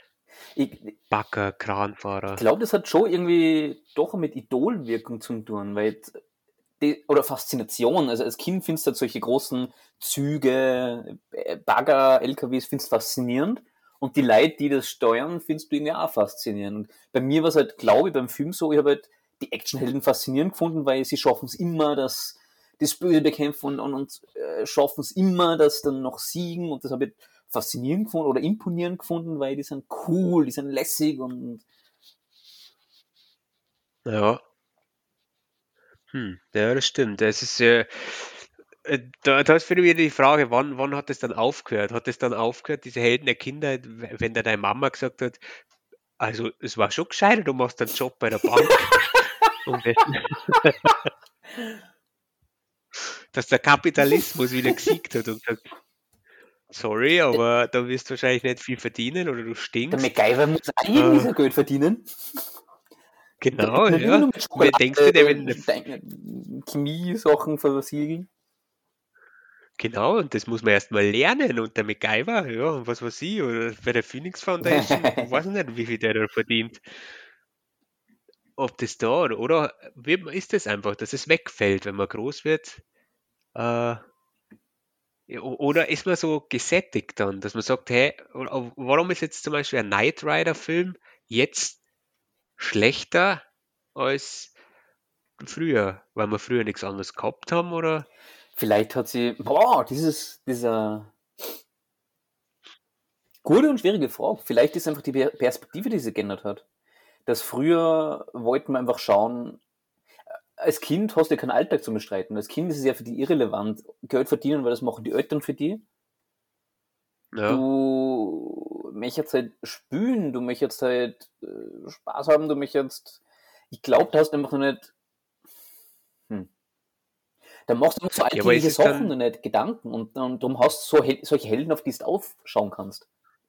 ich, Bagger, ich Kranfahrer. glaube, das hat schon irgendwie doch mit Idolwirkung zu tun, weil die, oder Faszination. Also als Kind findest du halt solche großen Züge, äh, Bagger, L K Ws, findest du faszinierend. Und die Leute, die das steuern, findest du irgendwie auch faszinierend. Und bei mir war es halt, glaube ich, beim Film so, ich habe halt die Actionhelden faszinierend gefunden, weil sie schaffen es immer, dass das Böse bekämpfen und, und, und äh, schaffen es immer, dass dann noch siegen. Und das habe ich faszinierend gefunden oder imponierend gefunden, weil die sind cool, die sind lässig und Ja, hm, ja, das stimmt. Das ist äh, äh, da, da ist für mich die Frage, wann, wann hat es dann aufgehört? Hat es dann aufgehört, diese Helden der Kindheit, w- wenn da deine Mama gesagt hat, also es war schon gescheiter, du machst einen Job bei der Bank und das, dass der Kapitalismus wieder gesiegt hat und sagt, sorry, aber da wirst du wahrscheinlich nicht viel verdienen oder du der stinkst. MacGyver muss auch irgendwie Äh, sein Geld verdienen. Der genau, kann nicht immer ja. nur mit Wer denkst du, der, wenn Schokolade äh, Chemie-Sachen versiegeln. genau, und das muss man erst mal lernen und der MacGyver, ja, und was weiß ich, oder bei der Phoenix Foundation, weiß ich nicht, wie viel der da verdient. Ob das da oder, oder wie ist das einfach, dass es wegfällt, wenn man groß wird? Äh, ja, o- oder ist man so gesättigt dann, dass man sagt, hey, oder- warum ist jetzt zum Beispiel ein Knight Rider Film jetzt schlechter als früher, weil wir früher nichts anderes gehabt haben, oder? Vielleicht hat sie, boah, dieses, dieser gute und schwierige Frage. Vielleicht ist einfach die Per- Perspektive, die sie geändert hat. dass früher wollten wir einfach schauen, als Kind hast du ja keinen Alltag zu bestreiten. Als Kind ist es ja für die irrelevant. Geld verdienen, weil das machen die Eltern für die. Ja. Du möchtest halt spülen, du möchtest halt äh, Spaß haben, du möchtest. Ich glaube, du hast einfach noch nicht. Hm. Da machst du noch so Ja, aber ist alltägliche es Sachen dann, und nicht Gedanken und dann darum hast du so Hel solche Helden, auf die du aufschauen kannst.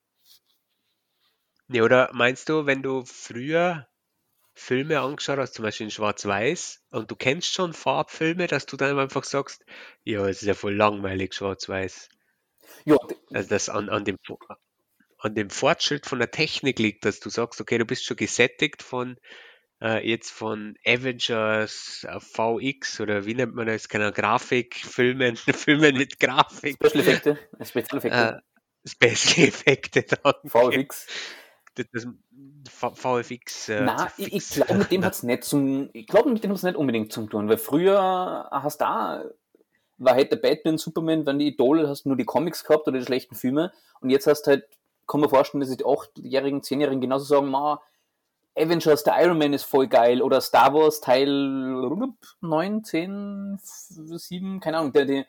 ja, oder meinst du, wenn du früher Filme angeschaut hast, zum Beispiel in Schwarz-Weiß, und du kennst schon Farbfilme, dass du dann einfach sagst, ja, es ist ja voll langweilig, Schwarz-Weiß. Ja, Also das an, an dem, an dem Fortschritt von der Technik liegt, dass du sagst, okay, du bist schon gesättigt von äh, jetzt von Avengers äh, V X oder wie nennt man das, keine Ahnung, Grafikfilmen, Filmen mit Grafik, Special-Effekte, Spezialeffekte, äh, Special-Effekte, danke. V F X. Das, das V- VFX, äh, Na, ich, ich fix. glaube, mit dem hat's nicht zum, ich glaube, mit dem hat's nicht unbedingt zum tun, weil früher hast du da, war halt der Batman, Superman, wenn die Idole, hast du nur die Comics gehabt oder die schlechten Filme und jetzt hast du halt, kann man vorstellen, dass die achtjährigen, zehnjährigen genauso sagen, ma, Avengers, der Iron Man ist voll geil oder Star Wars Teil neun, zehn, sieben, keine Ahnung, der, die,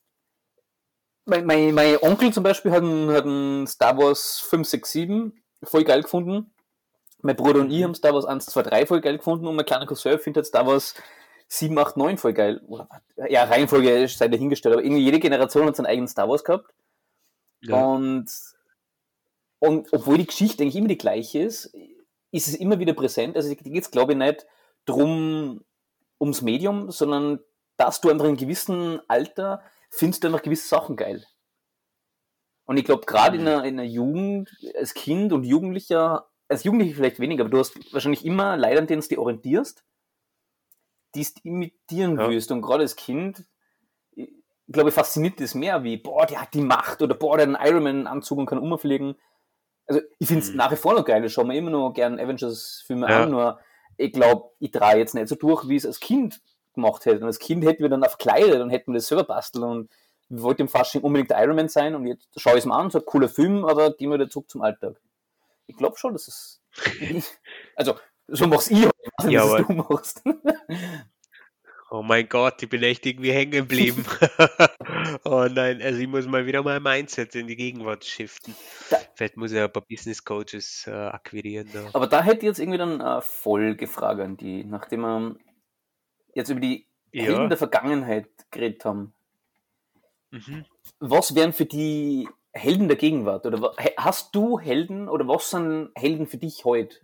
mein, mein, mein Onkel zum Beispiel hat einen, hat einen Star Wars fünf, sechs, sieben voll geil gefunden. Mein Bruder und ich Mhm. haben Star Wars eins, zwei, drei voll geil gefunden und mein kleiner Cousin findet Star Wars sieben, acht, neun voll geil. Oder, ja, Reihenfolge ist sei dahingestellt, aber irgendwie jede Generation hat seinen eigenen Star Wars gehabt. Ja. Und, und obwohl die Geschichte eigentlich immer die gleiche ist, ist es immer wieder präsent. Also da geht es, glaube ich, nicht drum ums Medium, sondern dass du einfach in einem gewissen Alter findest du einfach gewisse Sachen geil. Und ich glaube, gerade in Mhm. der, in der Jugend, als Kind und Jugendlicher, als Jugendlicher vielleicht weniger, aber du hast wahrscheinlich immer Leute, an denen du dich orientierst, die du imitieren Ja. willst. Und gerade als Kind, ich glaube, fasziniert das mehr wie, boah, der hat die Macht oder boah, der hat einen Ironman-Anzug und kann umfliegen. Also ich finde es Mhm. nach wie vor noch geil, ich schaue mir immer noch gern Avengers-Filme an, Ja. nur ich glaube, ich drehe jetzt nicht so durch, wie es als Kind gemacht hätte. Und als Kind hätten wir dann auf verkleidet und hätten wir das selber basteln und ich wollte im Fasching unbedingt der Iron Man sein und jetzt schaue ich es mir an, so ein cooler Film, aber gehen wir wieder zurück zum Alltag. Ich glaube schon, dass es. Also, so mach's ich, ich weiß nicht, Ja, was aber, du machst. oh mein Gott, ich bin echt irgendwie hängen geblieben. Oh nein, also ich muss mal wieder mein Mindset in die Gegenwart shiften. Da, Vielleicht muss ich ein paar Business Coaches äh, akquirieren da. aber da hätte ich jetzt irgendwie dann eine Folgefrage an die, nachdem wir jetzt über die Helden Ja. der Vergangenheit geredet haben. Mhm. Was wären für die Helden der Gegenwart? Oder hast du Helden oder was sind Helden für dich heute?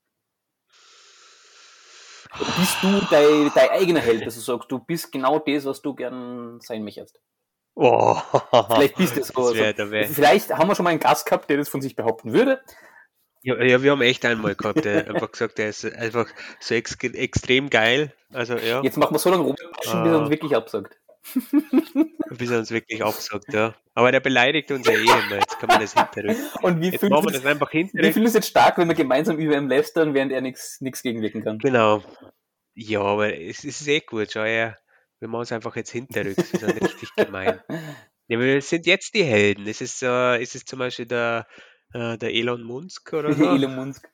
Oder bist du dein, dein eigener Held, dass du sagst, du bist genau das, was du gern sein möchtest? Oh, Vielleicht bist du das so, so. wäre, da wäre. Vielleicht haben wir schon mal einen Gast gehabt, der das von sich behaupten würde. Ja, ja, wir haben echt einmal gehabt, der einfach gesagt, der ist einfach so ex extrem geil. Also ja, Jetzt machen wir so lange rumquatschen, bis er uns äh, wirklich absagt. bis er uns wirklich absagt, ja. Aber der beleidigt uns ja eh immer. Jetzt kann man das hinterrücken. Und wir Jetzt fühlen machen wir es das einfach wir fühlen hinterrücken. es jetzt stark, wenn wir gemeinsam über ihn lästern, während er nichts gegenwirken kann. Genau. Ja, aber es, es ist eh gut. Schau her, wir machen es einfach jetzt hinterrücks. Wir sind richtig gemein. Ja, wir sind jetzt die Helden. Es ist, äh, ist es zum Beispiel der, äh, der Elon Musk oder so? Elon Musk.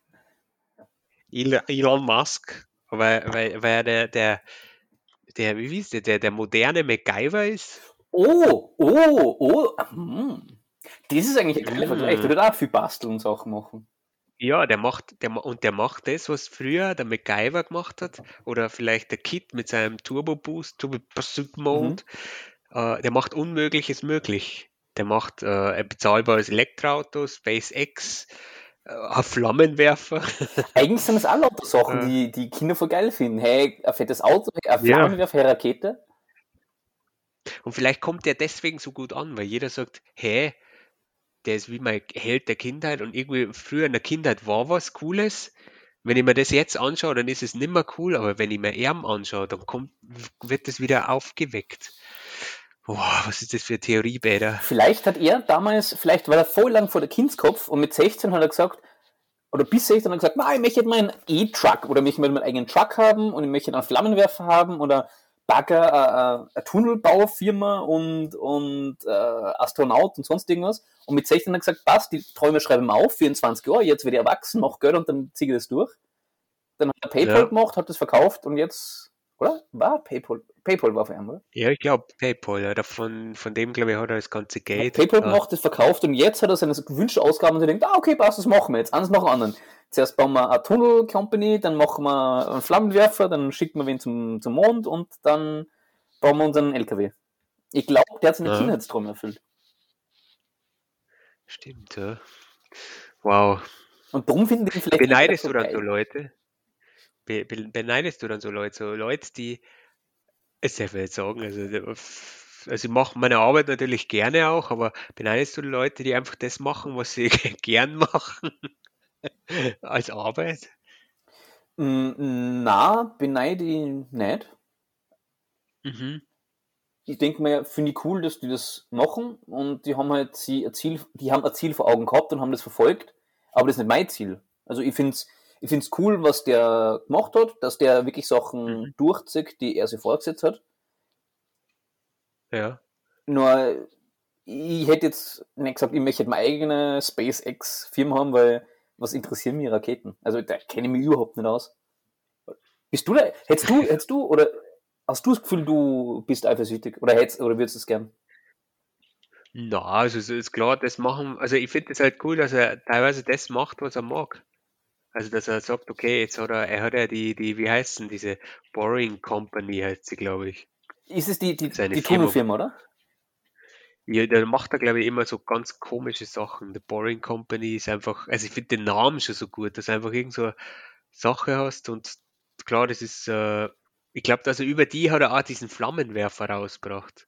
El Elon Musk, weil, weil, weil er der, der, der, wie hieß der, der, der moderne MacGyver ist. Oh, oh, oh. Hm. Das ist eigentlich ein geiler Vergleich. Der Mm. wird auch viel basteln und Sachen machen. Ja, der macht, der, ma- und der macht das, was früher der MacGyver gemacht hat, oder vielleicht der Kid mit seinem Turbo Boost, Turbo Pursuit Mhm. Mode. Äh, der macht Unmögliches möglich. Der macht äh, ein bezahlbares Elektroauto, SpaceX, äh, ein Flammenwerfer. Eigentlich sind das auch lauter Sachen, äh, die die Kinder voll geil finden. Hey, ein fettes Auto, hey, ein ja, Flammenwerfer, hey, Rakete. und vielleicht kommt der deswegen so gut an, weil jeder sagt, hä, der ist wie mein Held der Kindheit und irgendwie früher in der Kindheit war was Cooles. Wenn ich mir das jetzt anschaue, dann ist es nicht mehr cool, aber wenn ich mir Erben anschaue, dann kommt, wird das wieder aufgeweckt. Boah, was ist das für Theoriebäder? Vielleicht hat er damals, vielleicht war er voll lang vor der Kindskopf und mit sechzehn hat er gesagt, oder bis sechzehn hat er gesagt, na, ich möchte meinen E-Truck oder ich möchte meinen eigenen Truck haben und ich möchte einen Flammenwerfer haben oder Bagger, äh, äh, eine Tunnelbaufirma und, und äh, Astronaut und sonst irgendwas. Und mit sechzehn hat er gesagt, passt, die Träume schreiben wir auf, vierundzwanzig Jahre, jetzt werde ich erwachsen, mach Geld und dann ziehe ich das durch. dann hat er PayPal Ja. gemacht, hat das verkauft und jetzt, oder? War PayPal? PayPal war für ihn, oder? Ja, ich glaube PayPal, ja, davon, von dem, glaube ich, hat er das ganze Hat Geld. PayPal Ah, gemacht, das verkauft und jetzt hat er seine gewünschte Ausgaben und er denkt, ah, okay, passt, das machen wir jetzt. Eins nach dem anderen. Zuerst bauen wir eine Tunnel-Company, dann machen wir einen Flammenwerfer, dann schicken wir wen zum, zum Mond und dann bauen wir unseren L K W. Ich glaube, der hat seine ja, Kindheitsträume erfüllt. stimmt, ja. Wow. Und darum finden die ihn vielleicht jeder Beneidest so du dann so geil. Leute? Be be beneidest du dann so Leute? So Leute, die, es darf ich jetzt sagen, also, der- also ich mache meine Arbeit natürlich gerne auch, aber beneidest du Leute, die einfach das machen, was sie gern machen, als Arbeit? Mm, Na, beneide ich nicht. Mhm. Ich denke mir, finde ich cool, dass die das machen und die haben halt sie ein Ziel, die haben ein Ziel vor Augen gehabt und haben das verfolgt, aber das ist nicht mein Ziel. Also ich finde es ich find's cool, was der gemacht hat, dass der wirklich Sachen Mhm. durchzieht, die er sich vorgesetzt hat. Ja. Nur, ich hätte jetzt nicht gesagt, ich möchte meine eigene SpaceX-Firma haben, weil was interessieren mich Raketen? Also da kenne ich mich überhaupt nicht aus. Bist du da, hättest du, hättest du, oder hast du das Gefühl, du bist eifersüchtig? Oder hättest, oder würdest du es gern? Na, also es ist klar, das machen, also ich finde es halt cool, dass er teilweise das macht, was er mag. Also dass er sagt, okay, jetzt hat er, er hat ja die, die, wie heißt denn diese Boring Company heißt sie, glaube ich, Ist es die, die, seine die Firma. Tunnelfirma, oder? Ja, da macht er, glaube ich, immer so ganz komische Sachen. The Boring Company ist einfach, also ich finde den Namen schon so gut, dass du einfach irgend so eine Sache hast und klar, das ist, äh, ich glaube, also über die hat er auch diesen Flammenwerfer rausgebracht.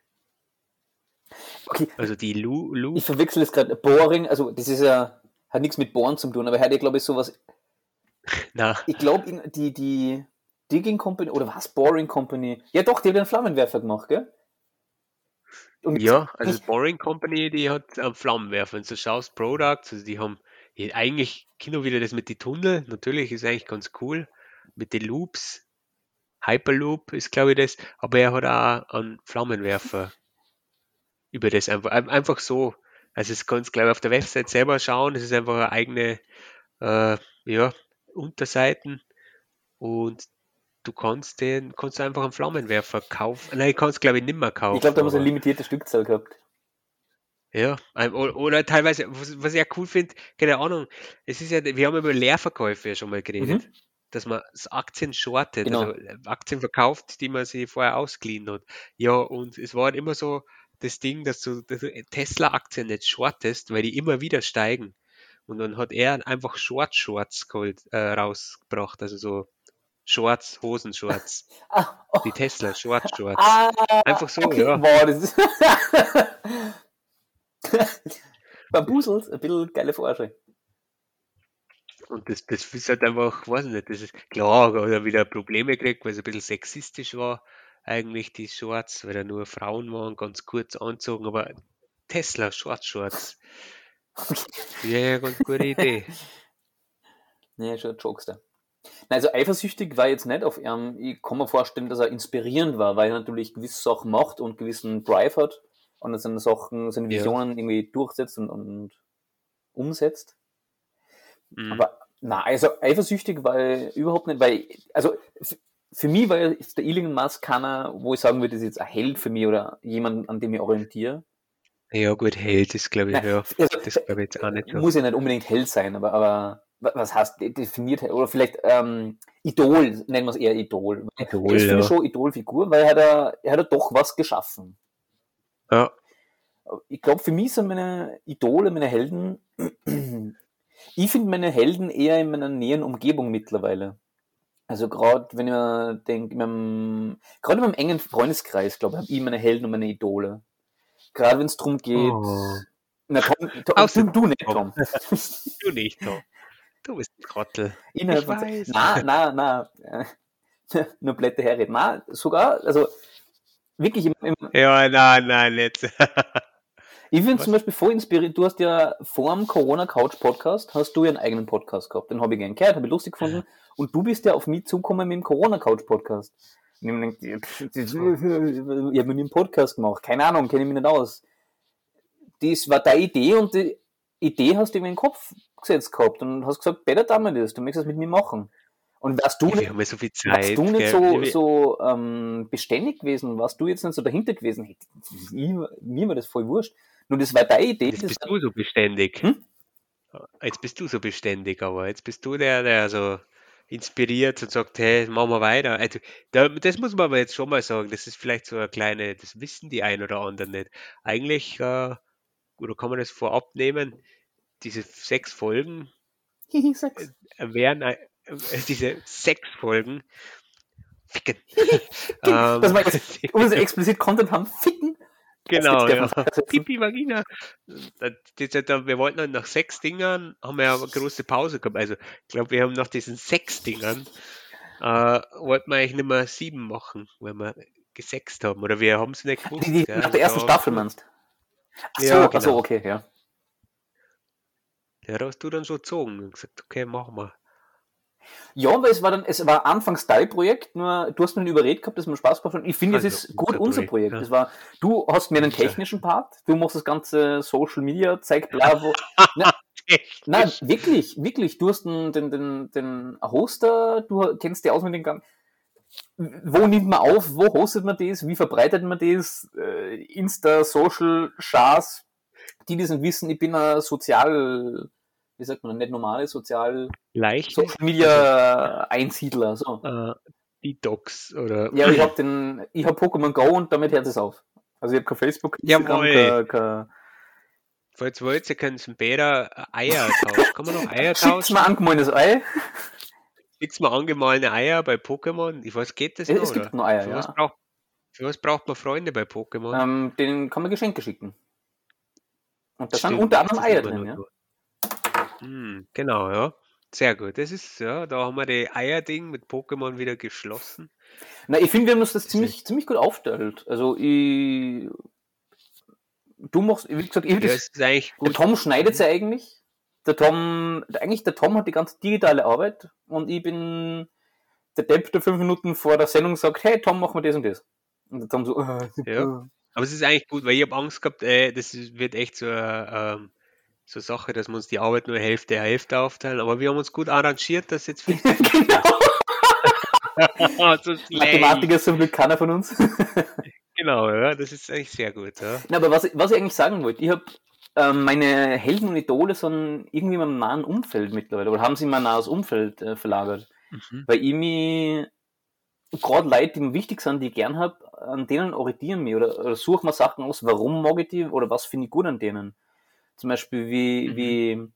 Okay, Also die Lu ich Loop, verwechsel jetzt gerade Boring, also das ist ja, hat nichts mit Bohren zu tun, aber er hat ja, glaube ich, sowas, na, ich glaube, die, die Digging Company, oder was, Boring Company, ja doch, die hat einen Flammenwerfer gemacht, gell? Und jetzt ja, also nicht, Boring Company, die hat einen Flammenwerfer. Wenn du schaust, Products, also die haben ja, eigentlich Kino wieder das mit den Tunnel, natürlich ist eigentlich ganz cool, mit den Loops, Hyperloop ist, glaube ich, das, aber er hat auch einen Flammenwerfer über das einfach, ein- einfach so. Also es kannst glaube ich auf der Website selber schauen, es ist einfach eine eigene äh, ja, Unterseiten und du kannst den, kannst einfach einen Flammenwerfer kaufen. Nein, kannst glaube ich nicht mehr ich glaube, da kaufen, haben sie eine aber limitierte Stückzahl gehabt. ja, ein- o- oder teilweise, was, was ich ja cool finde, keine Ahnung, es ist ja, wir haben über Leerverkäufe ja schon mal geredet, Mhm, dass man s- Aktien shortet, also genau. äh, Aktien verkauft, die man sich vorher ausgeliehen hat. Ja, und es war halt immer so das Ding, dass du, dass du Tesla-Aktien nicht shortest, weil die immer wieder steigen. Und dann hat er einfach Short Shorts geholt, äh, rausgebracht, also so Shorts, Hosenshorts, Ah, die oh, Tesla Short Shorts. ah, Einfach so, okay, ja. wow, das ist Bambuselt, ein bisschen geile Verarsche. Und das, das ist halt einfach, weiß ich nicht, das ist klar, hat er wieder Probleme gekriegt, weil es ein bisschen sexistisch war, eigentlich die Shorts, weil da nur Frauen waren, ganz kurz anzogen, aber Tesla Short Shorts, ja, ja, ganz gute Idee. Nee, schon Jokester. Nein, also eifersüchtig war jetzt nicht auf ihm. Ich kann mir vorstellen, dass er inspirierend war, weil er natürlich gewisse Sachen macht und gewissen Drive hat und er seine Sachen, seine Ja, Visionen irgendwie durchsetzt und, und umsetzt. mhm. Aber na, also eifersüchtig war ich überhaupt nicht, weil, also f- für mich war jetzt der Elon Musk keiner, wo ich sagen würde, das ist jetzt ein Held für mich oder jemand, an dem ich orientiere. Ja, gut, Held ist, glaube ich, Nein, ja, also, das glaube ich jetzt auch äh, nicht so. muss ja nicht unbedingt Held sein, aber, aber wa- was heißt de- definiert, oder vielleicht ähm, Idol, nennen wir es eher Idol. Er Idol, ist für mich ja. schon Idolfigur, weil er hat, er, er hat ja doch was geschaffen. Ja, Ich glaube, für mich sind meine Idole, meine Helden, ich finde meine Helden eher in meiner näheren Umgebung mittlerweile. Also gerade wenn ich mir denke, gerade in meinem engen Freundeskreis, glaube ich, habe ich meine Helden und meine Idole. Gerade wenn es darum geht, oh. na Tom, Tom, Außer du, du nicht, Tom. Tom. Du nicht, Tom. Du bist ein Trottel. Innerhalb Ich von Zeit. weiß. Na, na, na, äh, nur Blätter herreden. Na, sogar, also wirklich, im, im, Ja, nein, nein, nicht. ich finde zum Was? Beispiel voll inspiriert, du hast ja vor dem Corona-Couch-Podcast, hast du ja einen eigenen Podcast gehabt. Den habe ich gern gehört, habe ich lustig gefunden. Und du bist ja auf mich zugekommen mit dem Corona-Couch-Podcast. Und ich habe mir gedacht, pff, das- ich So. habe mir nie einen Podcast gemacht. Keine Ahnung, kenne ich mich nicht aus. Das war deine Idee und die Idee hast du in den Kopf gesetzt gehabt und hast gesagt, besser tun wir das, du möchtest das mit mir machen. Und warst du Ja, wir nicht, haben ja so viel warst du Zeit, nicht gell? so, Wir- so ähm, beständig gewesen? Warst du jetzt nicht so dahinter gewesen? Hey, ich, mir war das voll wurscht. Nur das war deine Idee. Jetzt Das bist war, du so beständig. hm? Jetzt bist du so beständig, aber jetzt bist du der, der so inspiriert und sagt, hey, machen wir weiter. Also, da, das muss man aber jetzt schon mal sagen, das ist vielleicht so eine kleine, das wissen die ein oder anderen nicht. Eigentlich, äh, oder kann man das vorab nehmen, diese sechs Folgen Hihi, äh, Sex. wären, ein- äh, diese sechs Folgen, ficken. Ficken. Dass ähm, wir jetzt unser explizit Content haben, ficken. Also jetzt Genau, dürfen wir ja. uns weitersetzen. Pipi, Vagina. Da, das, da, wir wollten dann nach sechs Dingern, haben wir ja eine große Pause gehabt. Also, ich glaube, wir haben nach diesen sechs Dingern, äh, wollten wir eigentlich nicht mehr sieben machen, weil wir gesext haben. Oder wir haben es nicht Die, gewusst. die Gell? nach Also der ersten da hast Staffel du, meinst. Ach ja, so, ach so, genau. okay, ja. Ja, da hast du dann so gezogen und gesagt, okay, machen wir. Ja, weil es war dann, es war anfangs dein Projekt, nur du hast mir überredet gehabt, dass mir Spaß gemacht hat. Ich finde, es Also ist gut unser unser Projekt. Projekt. Ja. Es war, du hast mir den Unser. technischen Part, du machst das ganze Social Media, zeig bla, wo. Na, nein, Technisch. wirklich, wirklich. Du hast den, den, den, den Hoster, du kennst dich aus mit den ganzen. Wo nimmt man auf, wo hostet man das, wie verbreitet man das, äh, Insta, Social, Schars, die diesen wissen, ich bin ein sozial, wie sagt man, nicht normale, sozial, Leiche, Social Media Einsiedler, so. also äh, Detox oder. Ja, ich habe den, ich habe Pokémon Go und damit hört es auf. Also ich habe kein Facebook, Instagram, Jawohl. kein, kein Falls wollt ihr, können zum Bäder Eier tauschen. Kann man noch Eier Schickt's tauschen? mir angemaltes Ei. Kriegst mal angemahlene Eier bei Pokémon? Ich weiß, geht das Es, noch, es oder? gibt nur Eier, Für was ja. braucht, für was braucht man Freunde bei Pokémon? Ähm, denen kann man Geschenke schicken. Und da sind Stimmt, unter ist anderem das Eier immer drin, noch ja. so? Hm, genau, ja. Sehr gut. Das ist, ja, da haben wir die Eierding mit Pokémon wieder geschlossen. Na, ich finde, wir haben uns das Das ziemlich, ziemlich gut aufgeteilt. Also ich, du machst, wie gesagt, ich, Ja, das, es ist eigentlich der gut. Tom schneidet Mhm. ja eigentlich. Der Tom, eigentlich der Tom hat die ganze digitale Arbeit und ich bin der Depp, der fünf Minuten vor der Sendung sagt, hey Tom, mach mal das und das. Und der Tom so, äh, Ja. äh. Aber es ist eigentlich gut, weil ich habe Angst gehabt, äh, das ist, wird echt so eine ähm, so Sache, dass wir uns die Arbeit nur Hälfte, Hälfte aufteilen. Aber wir haben uns gut arrangiert, dass jetzt fünfzig fünfzig Genau. ist. So schlecht. Mathematiker ist zum Glück keiner von uns. Genau, ja, das ist eigentlich sehr gut. Ja. Na, aber was, ich- was ich eigentlich sagen wollte, ich habe ähm, meine Helden und Idole sind irgendwie in meinem nahen Umfeld mittlerweile, oder haben sie in mein nahes Umfeld äh, verlagert. Mhm. Weil ich mich, gerade Leute, die mir wichtig sind, die ich gern habe, an denen orientieren mich oder, oder suche mir Sachen aus, warum mag ich die oder was finde ich gut an denen. Zum Beispiel wie, Mhm. wie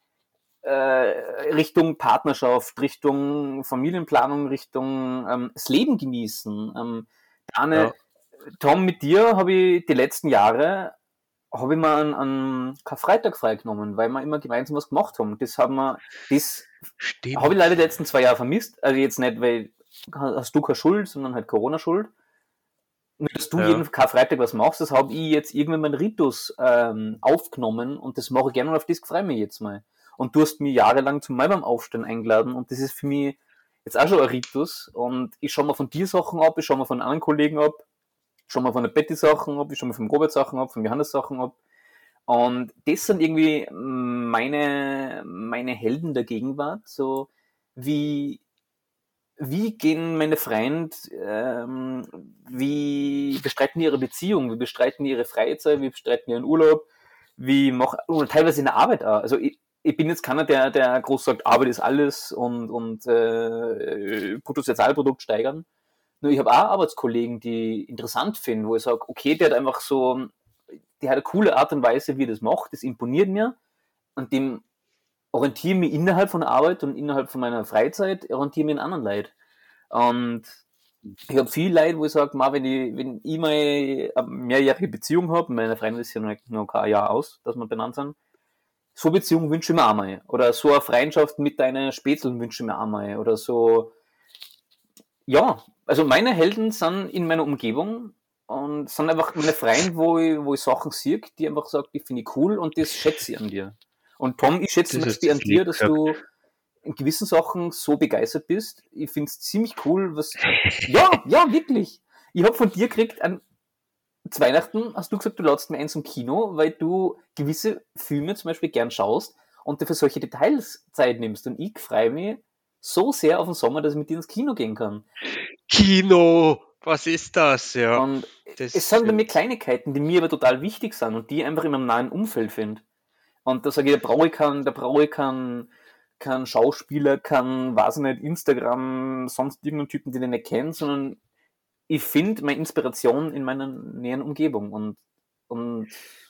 äh, Richtung Partnerschaft, Richtung Familienplanung, Richtung ähm, das Leben genießen. Ähm, Dane, Ja. Tom, mit dir habe ich die letzten Jahre habe ich mir an, an Karfreitag freigenommen, weil wir immer gemeinsam was gemacht haben. Das haben wir, das Stimmt. habe ich leider die letzten zwei Jahre vermisst. Also jetzt nicht, weil hast du keine Schuld, sondern halt Corona-Schuld. Nur, dass du Ja. jeden Karfreitag was machst, das habe ich jetzt irgendwann meinen Ritus ähm, aufgenommen und das mache ich gerne und auf das freue ich mich jetzt mal. Und du hast mich jahrelang zum Mal beim Aufstehen eingeladen und das ist für mich jetzt auch schon ein Ritus und ich schaue mir von dir Sachen ab, ich schaue mir von anderen Kollegen ab, ich schaue mir von der Betty Sachen ab, ich schaue mir vom Robert Sachen ab, von Johannes Sachen ab und das sind irgendwie meine, meine Helden der Gegenwart, so wie wie gehen meine Freunde, ähm, wie bestreiten die ihre Beziehung, wie bestreiten die ihre Freizeit, wie bestreiten die ihren Urlaub, wie machen, oder teilweise in der Arbeit auch. Also ich, ich bin jetzt keiner, der, der groß sagt, Arbeit ist alles und, und äh, Bruttosozialprodukt steigern. Nur ich habe auch Arbeitskollegen, die ich interessant finde, wo ich sage, okay, der hat einfach so, der hat eine coole Art und Weise, wie er das macht, das imponiert mir und dem orientiere mich innerhalb von der Arbeit und innerhalb von meiner Freizeit, orientiere mich in anderen Leuten. Und ich habe viel Leute, wo ich sage, wenn ich, wenn ich mal eine mehrjährige Beziehung habe, meine Freundin ist ja noch, noch kein Jahr aus, dass wir benannt sind, so eine Beziehung wünsche ich mir auch mal. Oder so eine Freundschaft mit deinen Spätzeln wünsche ich mir auch mal. Oder so, ja, also meine Helden sind in meiner Umgebung und sind einfach meine Freunde, wo ich, wo ich Sachen sehe, die einfach sagen, die finde ich cool und das schätze ich an dir. Und Tom, ich schätze zum Das hast Beispiel du an jetzt dir, lieb dass gesagt. du in gewissen Sachen so begeistert bist. Ich finde es ziemlich cool, was. Ja, ja, wirklich. Ich habe von dir gekriegt, an zu Weihnachten hast du gesagt, du ladst mir ein zum Kino, weil du gewisse Filme zum Beispiel gern schaust und dir für solche Details Zeit nimmst. Und ich freue mich, so sehr auf den Sommer, dass ich mit dir ins Kino gehen kann. Kino, was ist das? Ja, Und das es sind bei mir stimmt. Kleinigkeiten, die mir aber total wichtig sind und die ich einfach in meinem nahen Umfeld finde. Und da sage ich, da brauche ich keinen, da brauche ich keinen, keinen Schauspieler, keinen, weiß ich nicht, Instagram, sonst irgendeinen Typen, den ich nicht kenne, sondern ich finde meine Inspiration in meiner näheren Umgebung. Und, und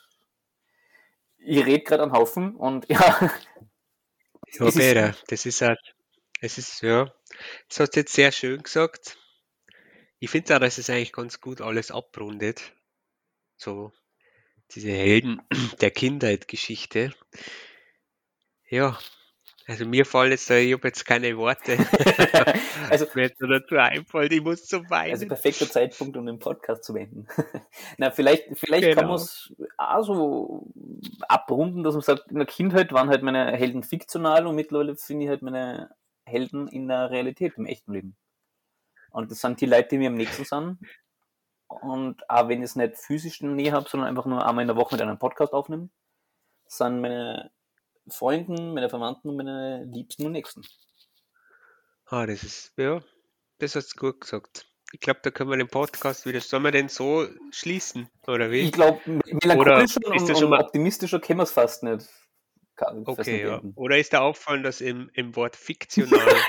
ich rede gerade einen Haufen und ja, Ja, es ist, Peter, das ist halt, es ist, ja, das hast du jetzt sehr schön gesagt. Ich finde auch, dass es eigentlich ganz gut alles abrundet. So, diese Helden der Kindheitsgeschichte. Ja, also mir fallen jetzt, da- ich habe jetzt keine Worte, also, mir jetzt nur dazu einfallen, ich muss so also weinen. perfekter Zeitpunkt, um den Podcast zu beenden. Na, vielleicht, vielleicht kann man Genau. es auch so abrunden, dass man sagt, in der Kindheit waren halt meine Helden fiktional und mittlerweile finde ich halt meine Helden in der Realität, im echten Leben. Und das sind die Leute, die mir am nächsten sind. Und auch wenn ich es nicht physisch in der Nähe habe, sondern einfach nur einmal in der Woche mit einem Podcast aufnehmen, sind meine Freunden, meine Verwandten und meine Liebsten und Nächsten. Ah, das ist, ja, das hast du gut gesagt. Ich glaube, da können wir den Podcast wieder, sollen wir den so schließen, oder wie? Ich glaube, Oder melancholischer ist und, das schon und mal, optimistischer können wir es fast nicht, kann, fast okay, nicht ja. beenden. Oder ist da auffallen, dass im, im Wort fiktional,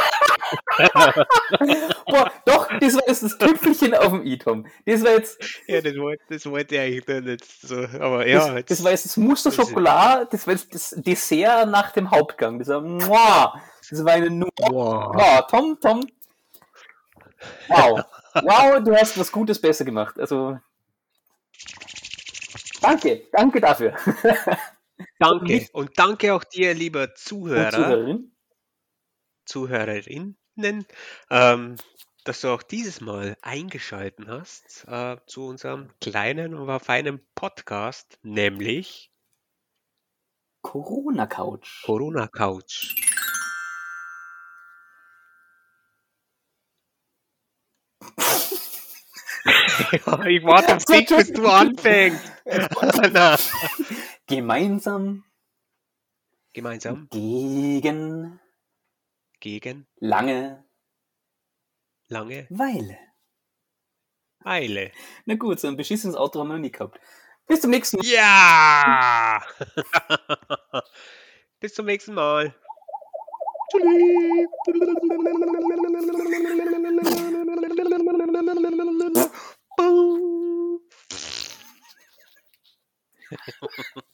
Boah, doch, das war jetzt das Tüpfelchen auf dem i, Tom. Das war jetzt, ja, das wollte, das wollte ich eigentlich nur nicht so, aber das, ja, das war jetzt, jetzt das Muster das ist, Schokolade, das war jetzt das Dessert nach dem Hauptgang. Das war, muah, das war eine Nummer. wow. Wow, Tom, Tom, wow. Wow, du hast was Gutes besser gemacht. Also, danke, danke dafür. Und Danke. nicht, Und danke auch dir, lieber und Zuhörer, Zuhörerin, Zuhörerinnen, ähm, dass du auch dieses Mal eingeschalten hast äh, zu unserem kleinen, aber feinen Podcast, nämlich Corona Couch. Corona Couch. Ja, ich warte auf dich, bis du anfängst. Na, Gemeinsam gemeinsam gegen gegen lange lange Weile. Eile. Na gut, so ein beschissenes Auto haben wir noch nie gehabt. Bis zum nächsten Mal. Ja! Bis zum nächsten Mal. Tschüssi.